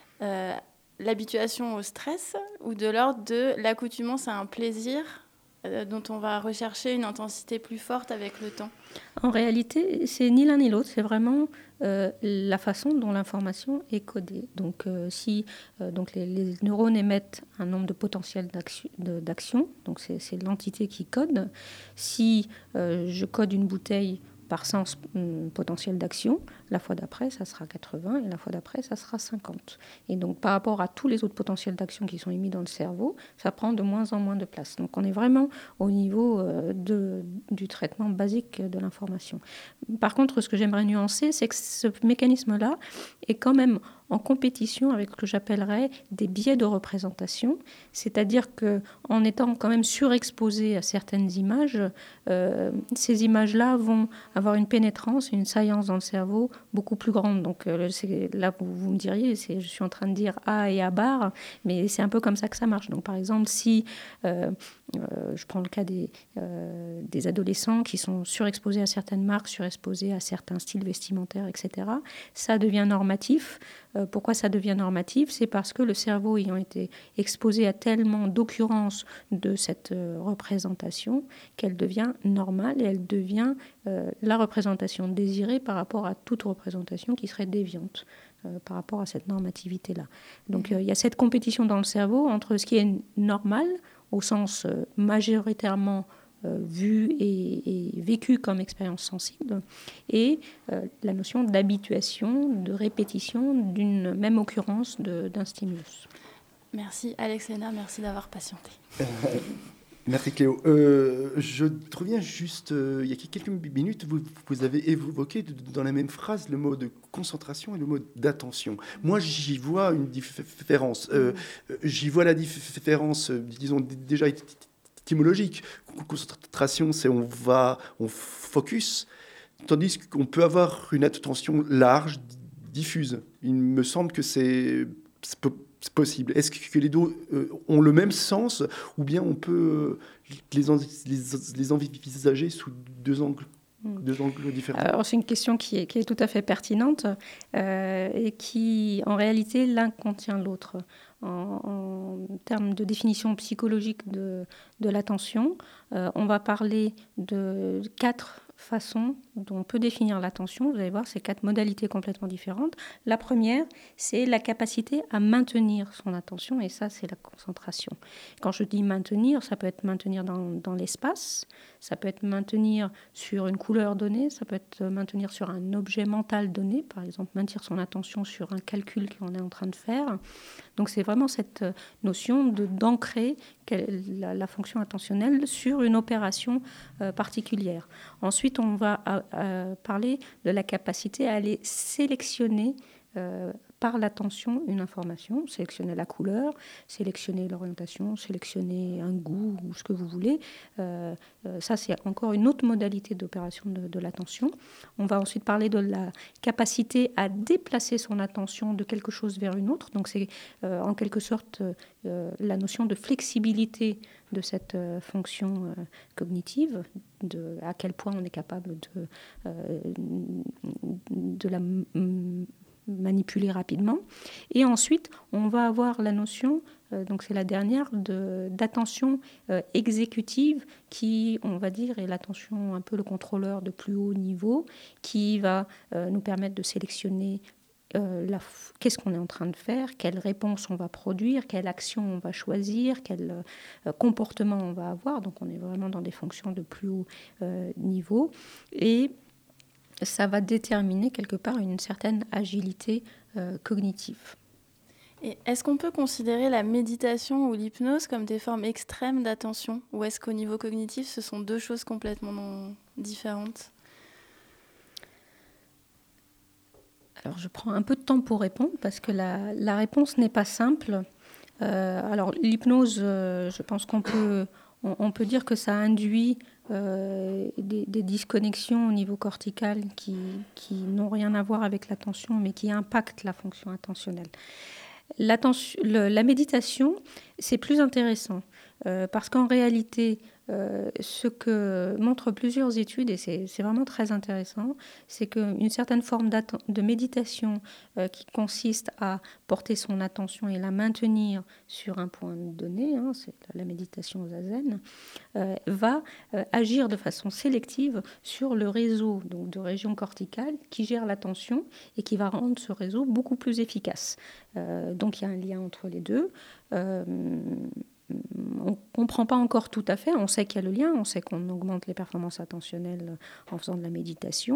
l'habituation au stress ou de l'ordre de l'accoutumance à un plaisir dont on va rechercher une intensité plus forte avec le temps? En réalité, c'est ni l'un ni l'autre, c'est vraiment la façon dont l'information est codée. Donc, si les neurones émettent un nombre de potentiels d'action, donc c'est l'entité qui code. Si je code une bouteille par sens potentiel d'action, la fois d'après, ça sera 80 et la fois d'après, ça sera 50. Et donc, par rapport à tous les autres potentiels d'action qui sont émis dans le cerveau, ça prend de moins en moins de place. Donc, on est vraiment au niveau du traitement basique de l'information. Par contre, ce que j'aimerais nuancer, c'est que ce mécanisme-là est quand même en compétition avec ce que j'appellerais des biais de représentation, c'est-à-dire qu'en étant quand même surexposé à certaines images, ces images-là vont avoir une pénétrance et une saillance dans le cerveau beaucoup plus grande. Donc là, vous me diriez, je suis en train de dire A et A bar, mais c'est un peu comme ça que ça marche. Donc par exemple, si je prends le cas des adolescents qui sont surexposés à certaines marques, surexposés à certains styles vestimentaires, etc., ça devient normatif. Pourquoi ça devient normatif? C'est parce que le cerveau ayant été exposé à tellement d'occurrences de cette représentation qu'elle devient normale et elle devient la représentation désirée par rapport à toute représentation qui serait déviante par rapport à cette normativité-là. Donc il y a cette compétition dans le cerveau entre ce qui est normal au sens majoritairement vu et vécu comme expérience sensible, et la notion d'habituation, de répétition d'une même occurrence d'un stimulus. Merci Alex Léna, merci d'avoir patienté. Merci Cléo. Je reviens juste, il y a quelques minutes, vous avez évoqué dans la même phrase le mot de concentration et le mot d'attention. Moi, j'y vois une différence. J'y vois la différence, disons, déjà étymologique. Concentration, c'est on focus, tandis qu'on peut avoir une attention large, diffuse. Il me semble que c'est possible. Est-ce que les deux ont le même sens, ou bien on peut les envisager sous deux angles différents? Alors, c'est une question qui est tout à fait pertinente et qui, en réalité, l'un contient l'autre. En termes de définition psychologique de l'attention, on va parler de 4 façons dont on peut définir l'attention. Vous allez voir, c'est 4 modalités complètement différentes. La première, c'est la capacité à maintenir son attention, et ça, c'est la concentration. Quand je dis maintenir, ça peut être maintenir dans l'espace, ça peut être maintenir sur une couleur donnée, ça peut être maintenir sur un objet mental donné, par exemple maintenir son attention sur un calcul qu'on est en train de faire. Donc c'est vraiment cette notion d'ancrer la fonction attentionnelle sur une opération particulière. Ensuite, on va parler de la capacité à aller sélectionner par l'attention une information, sélectionner la couleur, sélectionner l'orientation, sélectionner un goût ou ce que vous voulez. Ça, c'est encore une autre modalité d'opération de l'attention. On va ensuite parler de la capacité à déplacer son attention de quelque chose vers une autre. Donc c'est en quelque sorte la notion de flexibilité de cette fonction cognitive, à quel point on est capable de la manipuler rapidement. Et ensuite, on va avoir la notion donc c'est la dernière, d'attention exécutive qui, on va dire, est l'attention un peu le contrôleur de plus haut niveau, qui va nous permettre de sélectionner qu'est-ce qu'on est en train de faire, quelle réponse on va produire, quelle action on va choisir, quel comportement on va avoir. Donc on est vraiment dans des fonctions de plus haut niveau. Et ça va déterminer quelque part une certaine agilité cognitive. Et est-ce qu'on peut considérer la méditation ou l'hypnose comme des formes extrêmes d'attention, ou est-ce qu'au niveau cognitif, ce sont deux choses complètement différentes ? Alors, je prends un peu de temps pour répondre parce que la réponse n'est pas simple. Alors, l'hypnose, je pense qu'on peut dire que ça induit des disconnexions au niveau cortical qui n'ont rien à voir avec l'attention, mais qui impactent la fonction attentionnelle. La méditation, c'est plus intéressant parce qu'en réalité, ce que montrent plusieurs études, et c'est vraiment très intéressant, c'est qu'une certaine forme de méditation qui consiste à porter son attention et la maintenir sur un point donné, c'est la méditation zazen, va agir de façon sélective sur le réseau donc, de régions corticales qui gère l'attention et qui va rendre ce réseau beaucoup plus efficace. Donc il y a un lien entre les deux. On ne comprend pas encore tout à fait, on sait qu'il y a le lien, on sait qu'on augmente les performances attentionnelles en faisant de la méditation,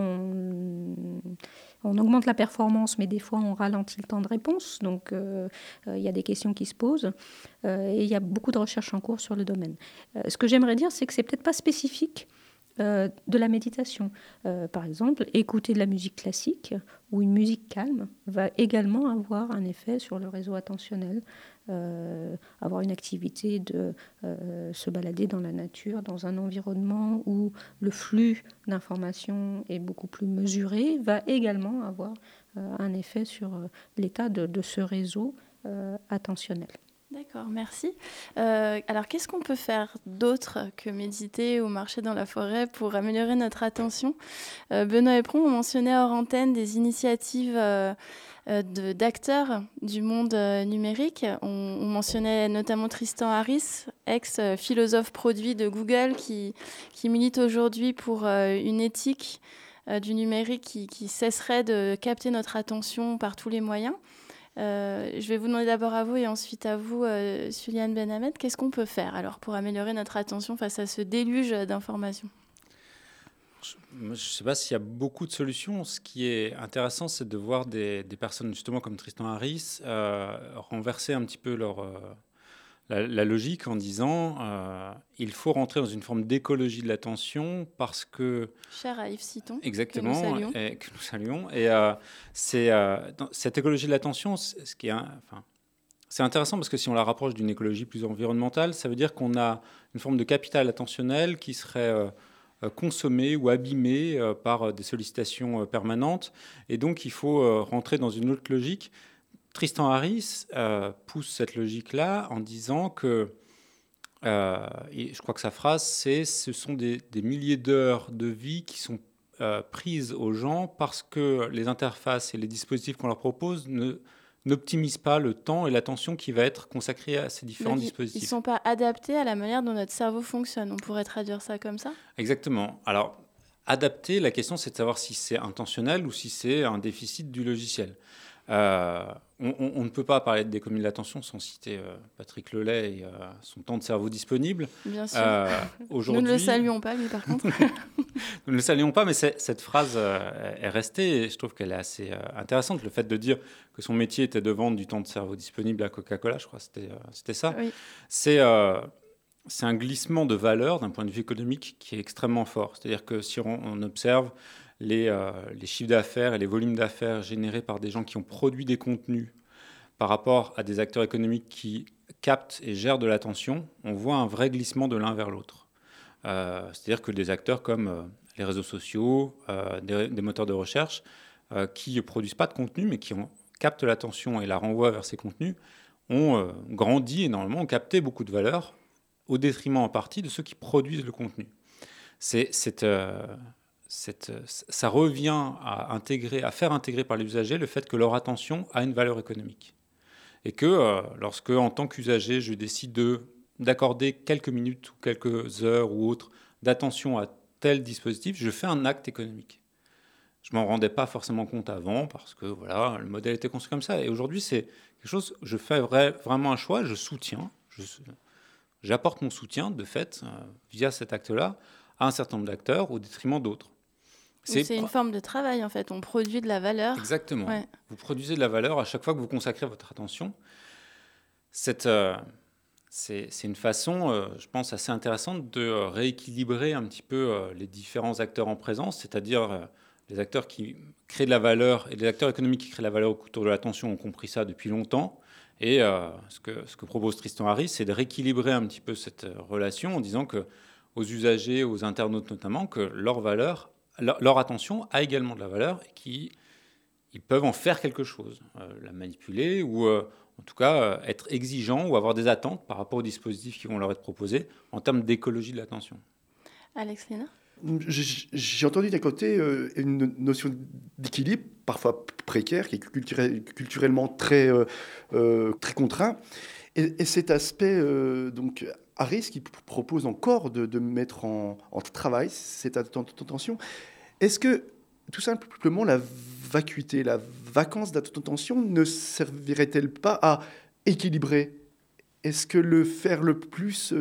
on augmente la performance, mais des fois on ralentit le temps de réponse, donc il y a des questions qui se posent, et il y a beaucoup de recherches en cours sur le domaine. Ce que j'aimerais dire, c'est que c'est peut-être pas spécifique de la méditation. Par exemple, écouter de la musique classique ou une musique calme va également avoir un effet sur le réseau attentionnel. Avoir une activité de se balader dans la nature, dans un environnement où le flux d'informations est beaucoup plus mesuré, va également avoir un effet sur l'état de ce réseau attentionnel. D'accord, merci. Alors, qu'est-ce qu'on peut faire d'autre que méditer ou marcher dans la forêt pour améliorer notre attention ? Benoît Éperon, on mentionnait hors antenne des initiatives d'acteurs du monde numérique. On mentionnait notamment Tristan Harris, ex-philosophe produit de Google, qui milite aujourd'hui pour une éthique du numérique qui cesserait de capter notre attention par tous les moyens. Je vais vous demander d'abord à vous et ensuite à vous, Suliane Benhamed, qu'est-ce qu'on peut faire alors pour améliorer notre attention face à ce déluge d'informations ? Je ne sais pas s'il y a beaucoup de solutions. Ce qui est intéressant, c'est de voir des personnes justement comme Tristan Harris renverser un petit peu la logique en disant il faut rentrer dans une forme d'écologie de l'attention parce que... Cher à Yves Citon, exactement, que nous saluons. Et c'est dans cette écologie de l'attention, c'est intéressant parce que si on la rapproche d'une écologie plus environnementale, ça veut dire qu'on a une forme de capital attentionnel qui serait consommé ou abîmé par des sollicitations permanentes. Et donc, il faut rentrer dans une autre logique. Tristan Harris pousse cette logique-là en disant que, et je crois que sa phrase, c'est « ce sont des milliers d'heures de vie qui sont prises aux gens parce que les interfaces et les dispositifs qu'on leur propose n'optimisent pas le temps et l'attention qui va être consacrée à ces différents dispositifs. » Ils ne sont pas adaptés à la manière dont notre cerveau fonctionne. On pourrait traduire ça comme ça ? Exactement. Alors, adapter, la question, c'est de savoir si c'est intentionnel ou si c'est un déficit du logiciel. On ne peut pas parler de d'économie de l'attention sans citer Patrick Lelay et son temps de cerveau disponible. Bien sûr. Aujourd'hui, nous ne le saluons pas, lui, par contre. Nous ne le saluons pas, mais cette phrase est restée et je trouve qu'elle est assez intéressante. Le fait de dire que son métier était de vendre du temps de cerveau disponible à Coca-Cola, je crois que c'était ça. Oui. C'est un glissement de valeur d'un point de vue économique qui est extrêmement fort. C'est-à-dire que si on observe les chiffres d'affaires et les volumes d'affaires générés par des gens qui ont produit des contenus par rapport à des acteurs économiques qui captent et gèrent de l'attention, on voit un vrai glissement de l'un vers l'autre. C'est-à-dire que des acteurs comme les réseaux sociaux, des moteurs de recherche, qui ne produisent pas de contenu, mais qui captent l'attention et la renvoient vers ces contenus, ont grandi énormément, ont capté beaucoup de valeur, au détriment en partie de ceux qui produisent le contenu. Ça revient à faire intégrer par les usagers le fait que leur attention a une valeur économique. et que lorsque, en tant qu'usager, je décide d'accorder quelques minutes ou quelques heures ou autres d'attention à tel dispositif, je fais un acte économique. Je ne m'en rendais pas forcément compte avant parce que voilà, le modèle était construit comme ça. Et aujourd'hui, c'est quelque chose, je fais vraiment un choix, je soutiens, j'apporte mon soutien de fait via cet acte-là à un certain nombre d'acteurs au détriment d'autres. C'est une forme de travail en fait, on produit de la valeur. Exactement. Ouais. Vous produisez de la valeur à chaque fois que vous consacrez votre attention. C'est une façon, je pense, assez intéressante de rééquilibrer un petit peu les différents acteurs en présence, c'est-à-dire les acteurs qui créent de la valeur et les acteurs économiques qui créent de la valeur autour de l'attention ont compris ça depuis longtemps. Et ce que propose Tristan Harris, c'est de rééquilibrer un petit peu cette relation en disant qu'aux usagers, aux internautes notamment, que leur attention a également de la valeur et qu'ils peuvent en faire quelque chose, la manipuler ou en tout cas être exigeants ou avoir des attentes par rapport aux dispositifs qui vont leur être proposés en termes d'écologie de l'attention. Alex Léna ? J'ai entendu d'un côté une notion d'équilibre, parfois précaire, qui est culturellement très contraint. Et cet aspect, donc, Harris, qui propose encore de mettre en travail cette attention. Est-ce que, tout simplement, la vacuité, la vacance d'attention ne servirait-elle pas à équilibrer ? Est-ce que faire le plus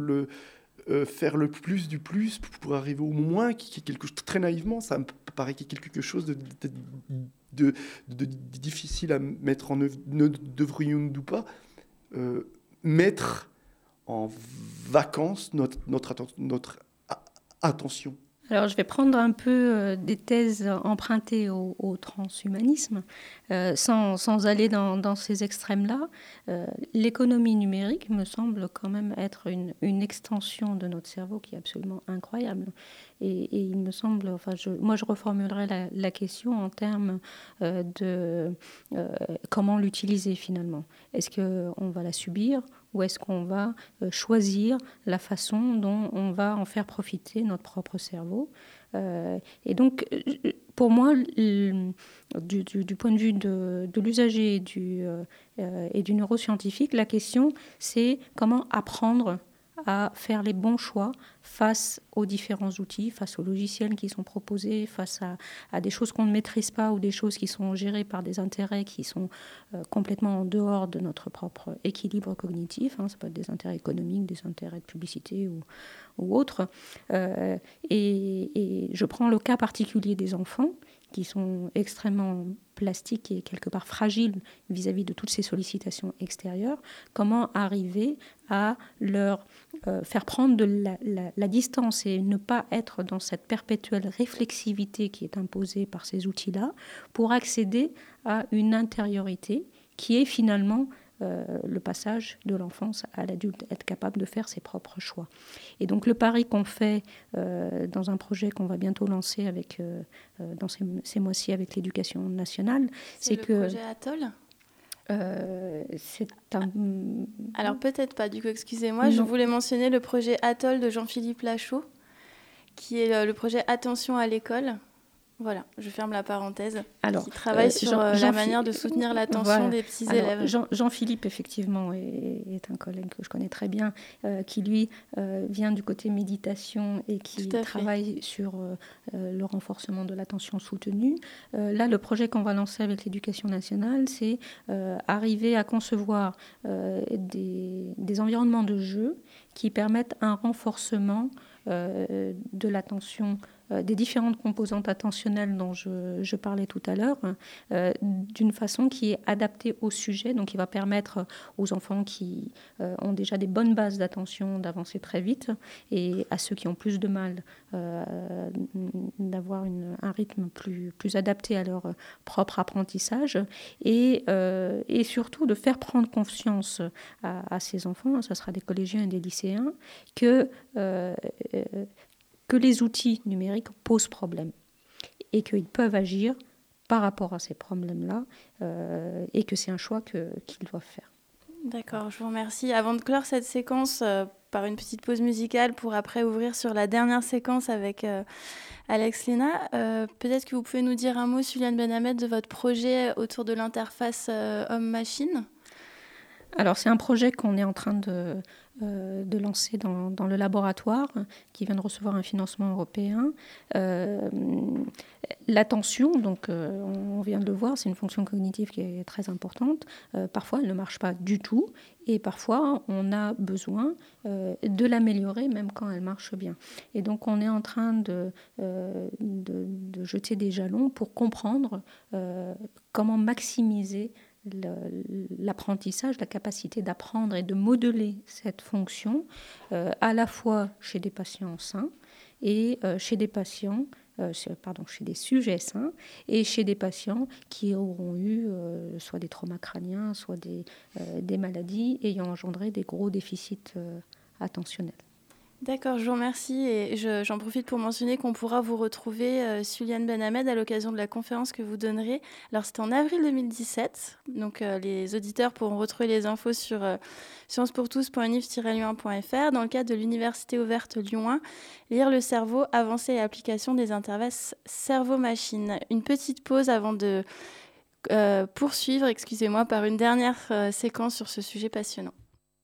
du plus pour arriver au moins, qui est quelque chose très naïvement, ça me paraît quelque chose de difficile à mettre en œuvre, ne devrions-nous pas mettre en vacances notre attention? Alors, je vais prendre un peu des thèses empruntées au transhumanisme, sans aller dans ces extrêmes-là. L'économie numérique me semble quand même être une extension de notre cerveau qui est absolument incroyable. Et il me semble, moi je reformulerai la question en termes de comment l'utiliser finalement. Est-ce qu'on va la subir ? Ou est-ce qu'on va choisir la façon dont on va en faire profiter notre propre cerveau ? Et donc, pour moi, du point de vue de l'usager et du neuroscientifique, la question, c'est comment apprendre à faire les bons choix face aux différents outils, face aux logiciels qui sont proposés, face à des choses qu'on ne maîtrise pas ou des choses qui sont gérées par des intérêts qui sont complètement en dehors de notre propre équilibre cognitif. Ça peut être des intérêts économiques, des intérêts de publicité ou autres. Et je prends le cas particulier des enfants qui sont extrêmement plastiques et quelque part fragiles vis-à-vis de toutes ces sollicitations extérieures. Comment arriver à leur faire prendre de la distance et ne pas être dans cette perpétuelle réflexivité qui est imposée par ces outils-là pour accéder à une intériorité qui est finalement le passage de l'enfance à l'adulte, être capable de faire ses propres choix. Et donc le pari qu'on fait dans un projet qu'on va bientôt lancer dans ces mois-ci avec l'Éducation nationale, c'est que... le projet Atoll ? C'est un... Alors peut-être pas, du coup, excusez-moi, je voulais mentionner le projet Atoll de Jean-Philippe Lachaud, qui est le projet Attention à l'école. Voilà, je ferme la parenthèse. Alors, qui travaille sur la manière de soutenir l'attention des petits élèves. Jean-Philippe, effectivement, est un collègue que je connais très bien, qui, lui, vient du côté méditation et qui travaille sur le renforcement de l'attention soutenue. Là, le projet qu'on va lancer avec l'Éducation nationale, c'est arriver à concevoir des environnements de jeu qui permettent un renforcement de l'attention, des différentes composantes attentionnelles dont je parlais tout à l'heure, d'une façon qui est adaptée au sujet, donc qui va permettre aux enfants qui ont déjà des bonnes bases d'attention d'avancer très vite, et à ceux qui ont plus de mal d'avoir un rythme plus adapté à leur propre apprentissage, et surtout de faire prendre conscience à ces enfants, ça sera des collégiens et des lycéens, que les outils numériques posent problème et qu'ils peuvent agir par rapport à ces problèmes-là et que c'est un choix qu'ils doivent faire. D'accord, je vous remercie. Avant de clore cette séquence par une petite pause musicale pour après ouvrir sur la dernière séquence avec Alex Léna, peut-être que vous pouvez nous dire un mot, Suliane Benhamed, de votre projet autour de l'interface homme-machine ? Alors, c'est un projet qu'on est en train de lancer dans le laboratoire, qui vient de recevoir un financement européen. L'attention, donc on vient de le voir, c'est une fonction cognitive qui est très importante. Parfois, elle ne marche pas du tout, et parfois, on a besoin de l'améliorer, même quand elle marche bien. Et donc, on est en train de jeter des jalons pour comprendre comment maximiser l'apprentissage, la capacité d'apprendre et de modeler cette fonction, à la fois chez des patients sains et chez des sujets sains et chez des patients qui auront eu soit des traumas crâniens, soit des maladies ayant engendré des gros déficits attentionnels. D'accord, je vous remercie et j'en profite pour mentionner qu'on pourra vous retrouver, Suliane Benhamed, à l'occasion de la conférence que vous donnerez. Alors c'était en avril 2017, donc les auditeurs pourront retrouver les infos sur sciencepourtous.unif-lyon1.fr dans le cadre de l'Université ouverte Lyon 1, lire le cerveau, avancée et application des interfaces cerveau-machine. Une petite pause avant de poursuivre, par une dernière séquence sur ce sujet passionnant.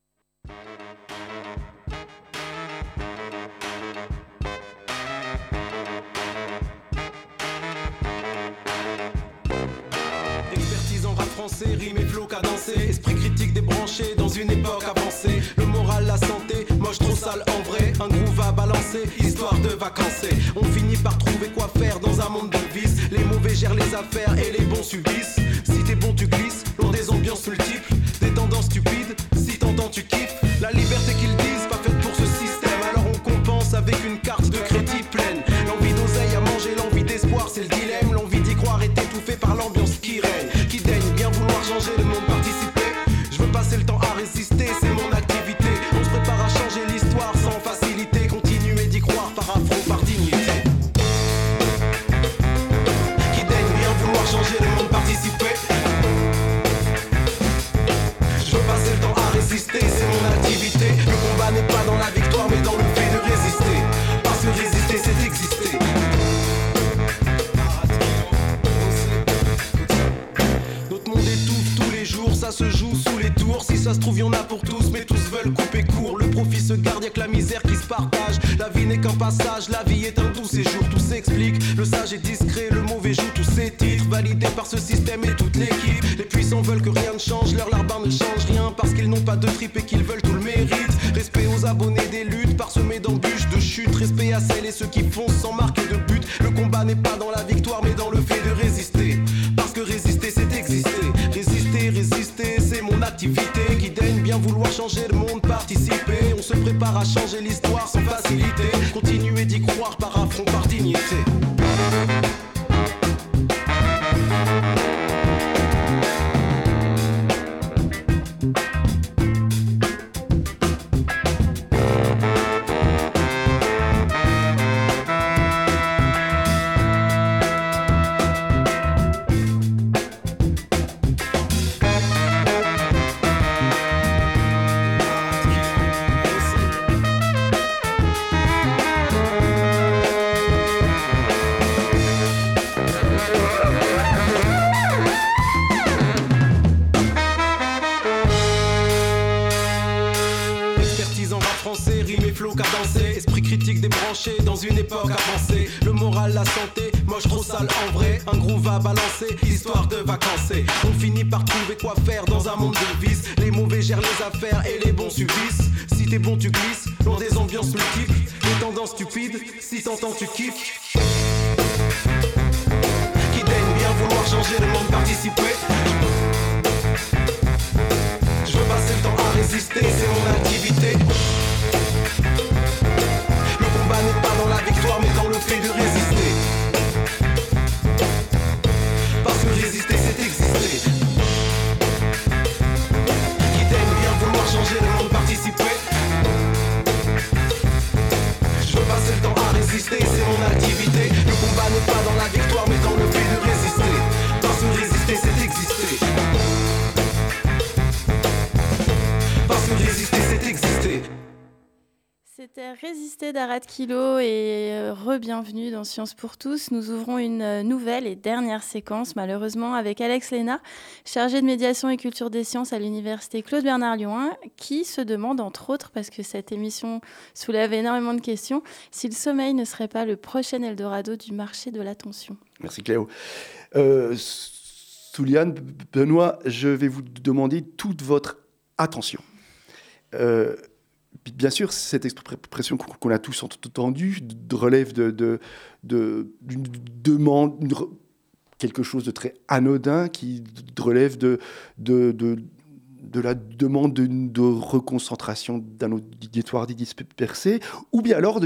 Rime et flow cadencé, esprit critique débranché dans une époque avancée. Le moral, la santé, moche trop sale en vrai. Un groove à balancer, histoire de vacancer. On finit par trouver quoi faire dans un monde de vices. Les mauvais gèrent les affaires et les bons subissent. Si t'es bon tu glisses, loin des ambiances multiples, des tendances stupides. Si t'entends tu kiffes, la liberté qu'ils disent, pas faite pour ce système. Alors on compense avec une carte de crédit pleine. L'envie d'oseille à manger, l'envie d'espoir, c'est le dilemme. L'envie d'y croire est étouffée par l'ambiance qui règne. Qui daigne bien vouloir changer le monde, participer. Je veux passer le temps à résister, c'est mon activité. On se prépare à changer l'histoire sans facilité. Continuer d'y croire par affront, par dignité. Qui daigne bien vouloir changer le monde, participer. Je veux passer le temps à résister, c'est mon activité. Le combat n'est pas dans la victoire mais dans le fait de résister. Parce que résister c'est exister. Ça se joue sous les tours, si ça se trouve y'en a pour tous, mais tous veulent couper court. Le profit se garde, y'a que la misère qui se partage. La vie n'est qu'un passage, la vie est un doux séjour. Tout s'explique, le sage est discret, le mauvais joue tous ses titres. Validés par ce système et toute l'équipe. Les puissants veulent que rien ne change, leur larbin ne change rien. Parce qu'ils n'ont pas de trip et qu'ils veulent tout le mérite. Respect aux abonnés des luttes, parsemés d'embûches, de chutes. Respect à celles et ceux qui foncent sans marquer de but. Le combat n'est pas dans la victoire mais dans le fait de résister. Parce que résister c'est exister. Résister, c'est mon activité. Qui daigne bien vouloir changer le monde, participer. On se prépare à changer l'histoire sans facilité. Continuer d'y croire par affront, par dignité. Dans une époque avancée, le moral, la santé, moche trop sale en vrai. Un groove à balancer, histoire de vacancer. On finit par trouver quoi faire dans un monde de vices. Les mauvais gèrent les affaires et les bons subissent. Si t'es bon tu glisses, loin des ambiances multiples, des tendances stupides. Si t'entends tu kiffes. Qui daigne bien vouloir changer le monde, participer. Je veux passer le temps à résister, c'est mon activité. N'est pas dans la victoire mais dans le fait de résister. Parce que résister c'est exister. Qui daigne bien vouloir changer le monde, participer. Je veux passer le temps à résister, c'est mon activité. Résister d'Arad Kilo et re-bienvenue dans Science pour tous. Nous ouvrons une nouvelle et dernière séquence, malheureusement, avec Alex Léna, chargé de médiation et culture des sciences à l'université Claude Bernard Lyon 1, qui se demande, entre autres, parce que cette émission soulève énormément de questions, si le sommeil ne serait pas le prochain Eldorado du marché de l'attention. Merci Cléo. Souliane, Benoît, je vais vous demander toute votre attention. Bien sûr, cette expression qu'on a tous entendue relève d'une demande, quelque chose de très anodin qui relève de la demande de reconcentration d'un auditoire dispersé, ou bien alors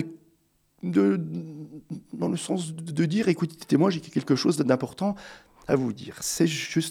dans le sens de dire, écoutez, moi j'ai quelque chose d'important à vous dire. C'est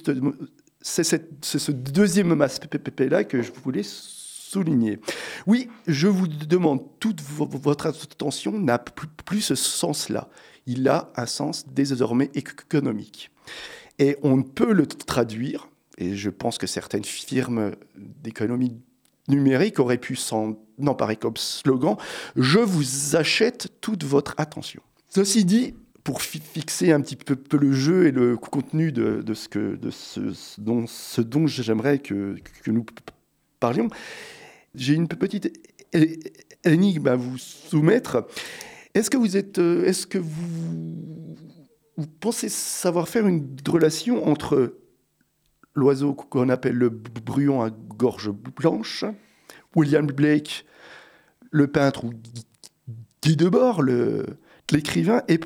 ce deuxième aspect-là que je voulais souligner. Oui, je vous demande, toute votre attention n'a plus ce sens-là. Il a un sens désormais économique. Et on ne peut le traduire, et je pense que certaines firmes d'économie numérique auraient pu s'en emparer comme slogan, « Je vous achète toute votre attention ». Ceci dit, pour fixer un petit peu le jeu et le contenu de ce dont j'aimerais que nous parlions, j'ai une petite énigme à vous soumettre. Est-ce que vous pensez savoir faire une relation entre l'oiseau qu'on appelle le bruyon à gorge blanche, William Blake, le peintre, ou Guy Debord, l'écrivain, et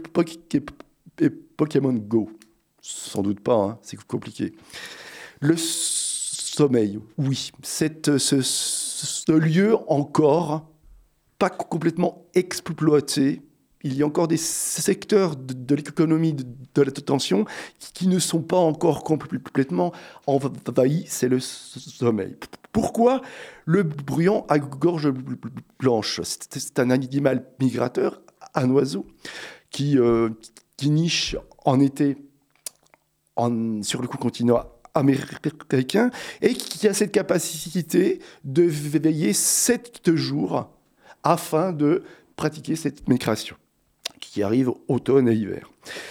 Pokémon Go? Sans doute pas, hein, c'est compliqué. Le sommeil, oui, ce lieu encore pas complètement exploité. Il y a encore des secteurs de l'économie de l'attention qui ne sont pas encore complètement envahis, c'est le sommeil. Pourquoi le bruyon à gorge blanche? C'est un animal migrateur, un oiseau, qui niche en été sur le continent américain et qui a cette capacité de veiller 7 jours afin de pratiquer cette migration qui arrive automne et hiver.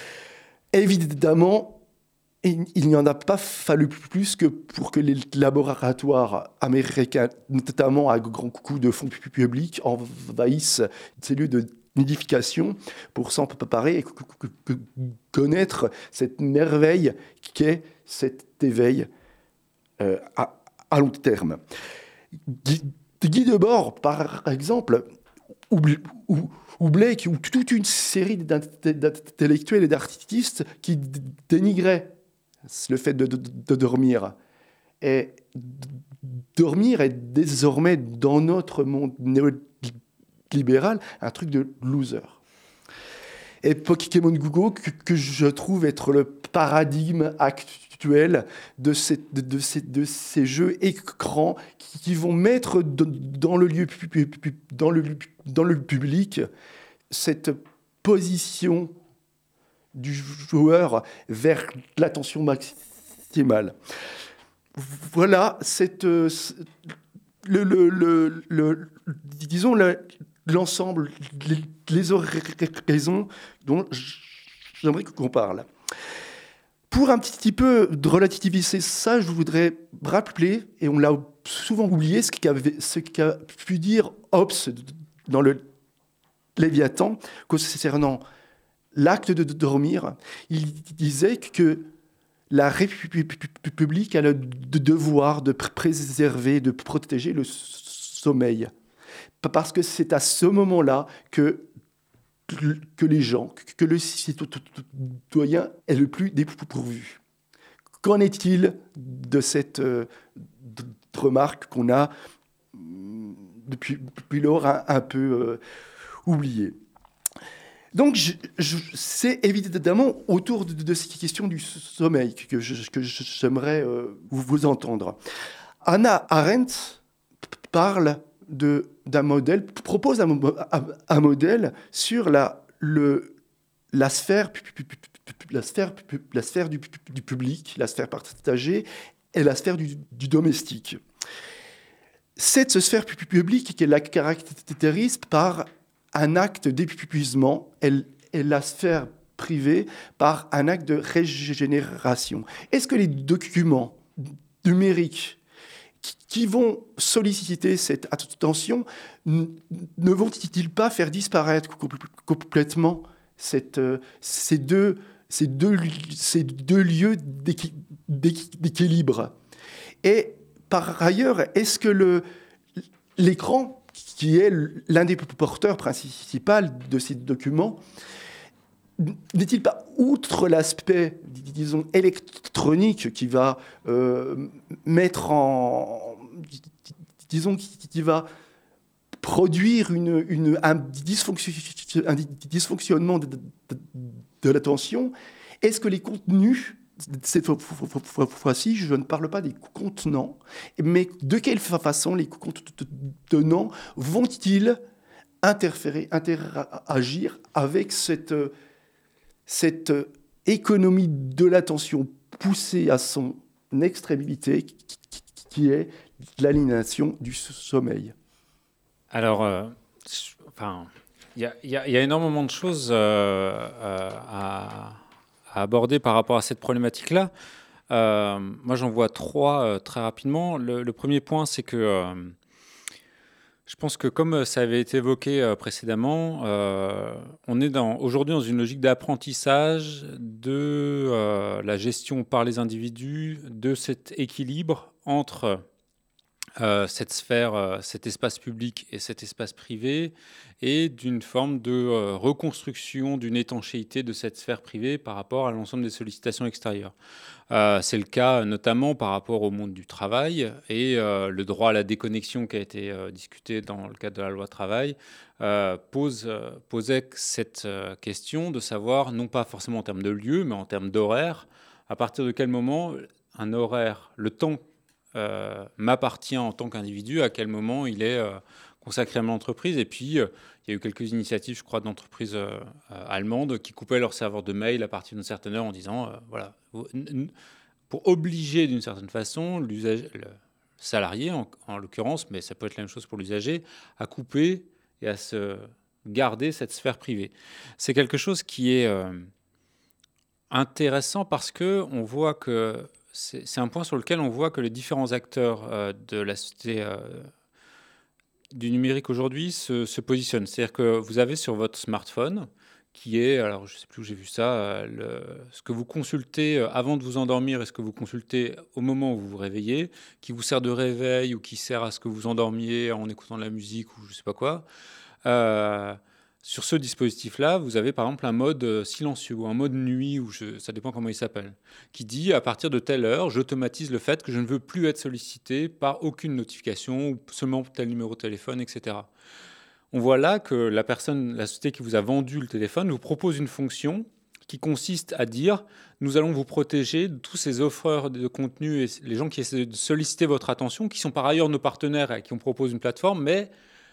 Évidemment, il n'y en a pas fallu plus que pour que les laboratoires américains, notamment à grands coups de fonds publics, envahissent ces lieux de nidification pour s'emparer et connaître cette merveille qu'est cet éveil à long terme. Guy Debord, par exemple, ou Blake, ou toute une série d'intellectuels et d'artistes qui dénigraient le fait de dormir. Et dormir est désormais, dans notre monde néolibéral, un truc de loser. Et Pokémon Go, que je trouve être le paradigme actuel de ces jeux écrans qui vont mettre dans le public cette position du joueur vers l'attention maximale. Voilà disons l'ensemble, les raisons dont j'aimerais qu'on parle. Pour un petit peu de relativiser ça, je voudrais rappeler, et on l'a souvent oublié, ce qu'a pu dire Hobbes dans le Léviathan concernant l'acte de dormir. Il disait que la République a le devoir de préserver, de protéger le sommeil. Parce que c'est à ce moment-là que les gens, que le citoyen est le plus dépourvu. Qu'en est-il de cette remarque qu'on a depuis lors un peu oubliée? Donc, c'est évidemment autour de cette question du sommeil que j'aimerais vous entendre. Hannah Arendt propose un modèle sur la sphère du public, la sphère partagée et la sphère du domestique. cette sphère publique qui la caractérise par un acte d'épuisement et la sphère privée par un acte de régénération. Est-ce que les documents numériques qui vont solliciter cette attention ne vont-ils pas faire disparaître complètement ces deux lieux d'équilibre? Et par ailleurs, est-ce que l'écran, qui est l'un des porteurs principaux de ces documents, n'est-il pas, outre l'aspect, disons, électronique qui va mettre en... disons, qui va produire un dysfonctionnement de l'attention, est-ce que les contenus, cette fois-ci, je ne parle pas des contenants, mais de quelle façon les contenants vont-ils interagir avec cette économie de l'attention poussée à son extrémité, qui est l'aliénation du sommeil? Alors, il y a énormément de choses à aborder par rapport à cette problématique-là. Moi, j'en vois trois très rapidement. Le premier point, c'est que je pense que, comme ça avait été évoqué précédemment, on est aujourd'hui dans une logique d'apprentissage de la gestion par les individus de cet équilibre entre cette sphère, cet espace public et cet espace privé, et d'une forme de reconstruction d'une étanchéité de cette sphère privée par rapport à l'ensemble des sollicitations extérieures. C'est le cas notamment par rapport au monde du travail, et le droit à la déconnexion qui a été discuté dans le cadre de la loi travail posait cette question de savoir, non pas forcément en termes de lieu, mais en termes d'horaire, à partir de quel moment un horaire, le temps m'appartient en tant qu'individu, à quel moment il est consacré à mon entreprise. Et puis, il y a eu quelques initiatives, je crois, d'entreprises allemandes qui coupaient leur serveur de mail à partir d'une certaine heure en disant, voilà, pour obliger d'une certaine façon le salarié, en l'occurrence, mais ça peut être la même chose pour l'usager, à couper et à se garder cette sphère privée. C'est quelque chose qui est intéressant parce qu'on voit que c'est un point sur lequel on voit que les différents acteurs de la société du numérique aujourd'hui se positionnent. C'est-à-dire que vous avez sur votre smartphone, qui est, alors je ne sais plus où j'ai vu ça, ce que vous consultez avant de vous endormir et ce que vous consultez au moment où vous vous réveillez, qui vous sert de réveil ou qui sert à ce que vous endormiez en écoutant de la musique ou je ne sais pas quoi. Sur ce dispositif-là, vous avez par exemple un mode silencieux ou un mode nuit, ou ça dépend comment il s'appelle, qui dit à partir de telle heure, j'automatise le fait que je ne veux plus être sollicité par aucune notification ou seulement tel numéro de téléphone, etc. On voit là que la société qui vous a vendu le téléphone vous propose une fonction qui consiste à dire nous allons vous protéger de tous ces offreurs de contenu et les gens qui essaient de solliciter votre attention, qui sont par ailleurs nos partenaires et à qui on propose une plateforme, mais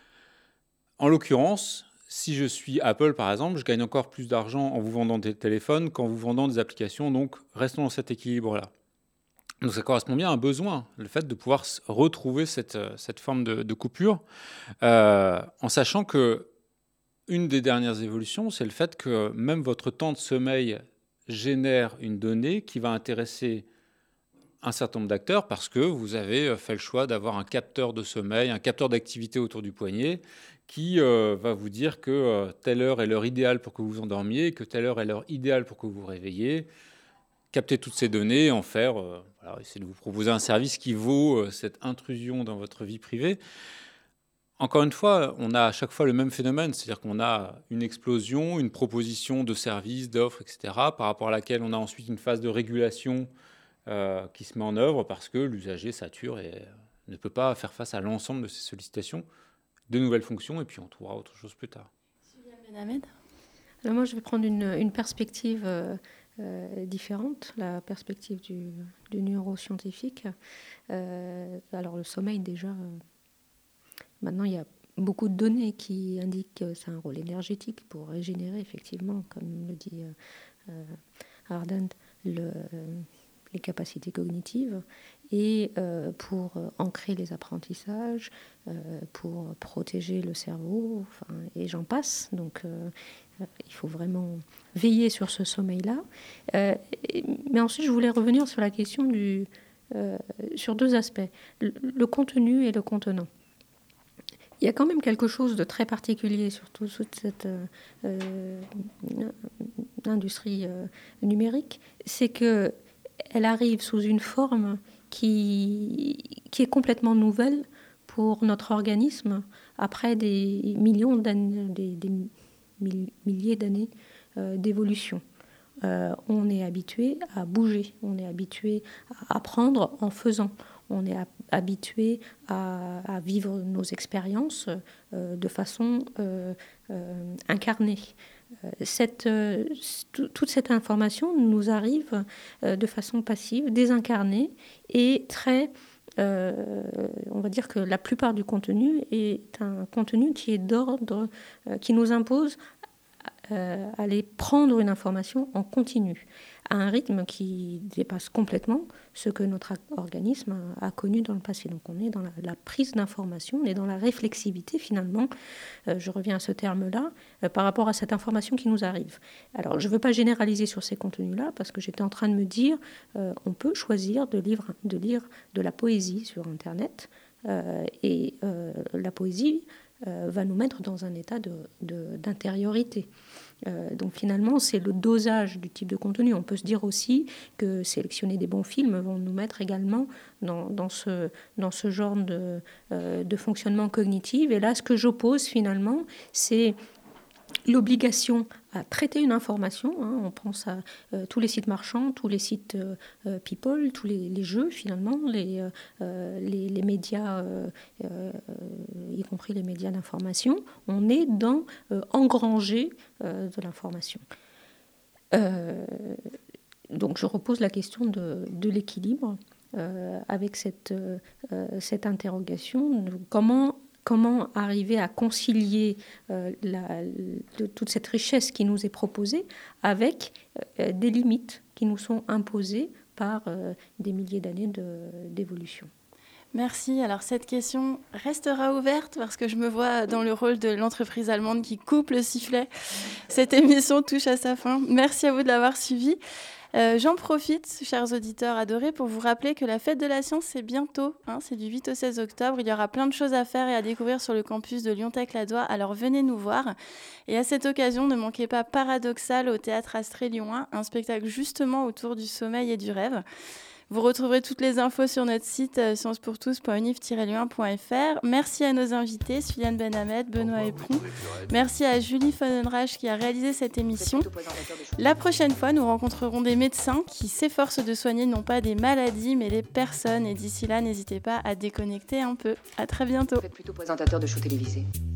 en l'occurrence, si je suis Apple, par exemple, je gagne encore plus d'argent en vous vendant des téléphones qu'en vous vendant des applications. Donc, restons dans cet équilibre-là. Donc, ça correspond bien à un besoin, le fait de pouvoir retrouver cette forme de coupure, en sachant que une des dernières évolutions, c'est le fait que même votre temps de sommeil génère une donnée qui va intéresser un certain nombre d'acteurs parce que vous avez fait le choix d'avoir un capteur de sommeil, un capteur d'activité autour du poignet qui va vous dire que telle heure est l'heure idéale pour que vous vous endormiez, que telle heure est l'heure idéale pour que vous vous réveilliez. Capter toutes ces données, en faire, essayer de vous proposer un service qui vaut cette intrusion dans votre vie privée. Encore une fois, on a à chaque fois le même phénomène, c'est-à-dire qu'on a une explosion, une proposition de services, d'offres, etc., par rapport à laquelle on a ensuite une phase de régulation qui se met en œuvre parce que l'usager sature et ne peut pas faire face à l'ensemble de ces sollicitations, de nouvelles fonctions, et puis on trouvera autre chose plus tard. Alors moi, je vais prendre une perspective différente, la perspective du neuroscientifique. Alors le sommeil, déjà, maintenant il y a beaucoup de données qui indiquent que c'est un rôle énergétique pour régénérer, effectivement, comme le dit Ardent, les capacités cognitives et pour ancrer les apprentissages, pour protéger le cerveau, et j'en passe. Donc il faut vraiment veiller sur ce sommeil-là. Mais ensuite, je voulais revenir sur la question sur deux aspects, le contenu et le contenant. Il y a quand même quelque chose de très particulier sur toute cette industrie numérique, c'est qu'elle arrive sous une forme qui est complètement nouvelle pour notre organisme après des millions d'années, des milliers d'années d'évolution. On est habitué à bouger, on est habitué à apprendre en faisant, on est habitué à vivre nos expériences de façon incarnée. Toute cette information nous arrive de façon passive, désincarnée et très... on va dire que la plupart du contenu est un contenu qui est d'ordre, qui nous impose aller prendre une information en continu, à un rythme qui dépasse complètement ce que notre organisme a connu dans le passé. Donc on est dans la prise d'information, on est dans la réflexivité finalement, je reviens à ce terme-là, par rapport à cette information qui nous arrive. Alors je ne veux pas généraliser sur ces contenus-là, parce que j'étais en train de me dire, on peut choisir de lire de la poésie sur Internet, et la poésie va nous mettre dans un état d'intériorité. Donc finalement, c'est le dosage du type de contenu. On peut se dire aussi que sélectionner des bons films vont nous mettre également dans ce genre de fonctionnement cognitif. Et là, ce que j'oppose finalement, c'est l'obligation à traiter une information. On pense à tous les sites marchands, tous les sites people, tous les jeux finalement, les médias, y compris les médias d'information. On est dans engranger de l'information. Donc je repose la question de l'équilibre avec cette interrogation. Comment arriver à concilier toute cette richesse qui nous est proposée avec des limites qui nous sont imposées par des milliers d'années d'évolution. Merci. Alors cette question restera ouverte parce que je me vois dans le rôle de l'entreprise allemande qui coupe le sifflet. Cette émission touche à sa fin. Merci à vous de l'avoir suivi. J'en profite, chers auditeurs adorés, pour vous rappeler que la fête de la science, c'est bientôt, c'est du 8 au 16 octobre. Il y aura plein de choses à faire et à découvrir sur le campus de Lyon-Tech-Ladois, alors venez nous voir. Et à cette occasion, ne manquez pas Paradoxal au Théâtre Astrée Lyon 1, un spectacle justement autour du sommeil et du rêve. Vous retrouverez toutes les infos sur notre site sciencepourtous.unif-lyon1.fr. Merci à nos invités, Suliane Benhamed, Benoît Epron. Merci à Julie Fonenrach qui a réalisé cette émission. La prochaine fois, nous rencontrerons des médecins qui s'efforcent de soigner non pas des maladies, mais des personnes. Et d'ici là, n'hésitez pas à déconnecter un peu. À très bientôt. Vous êtes plutôt présentateur de show télévisé.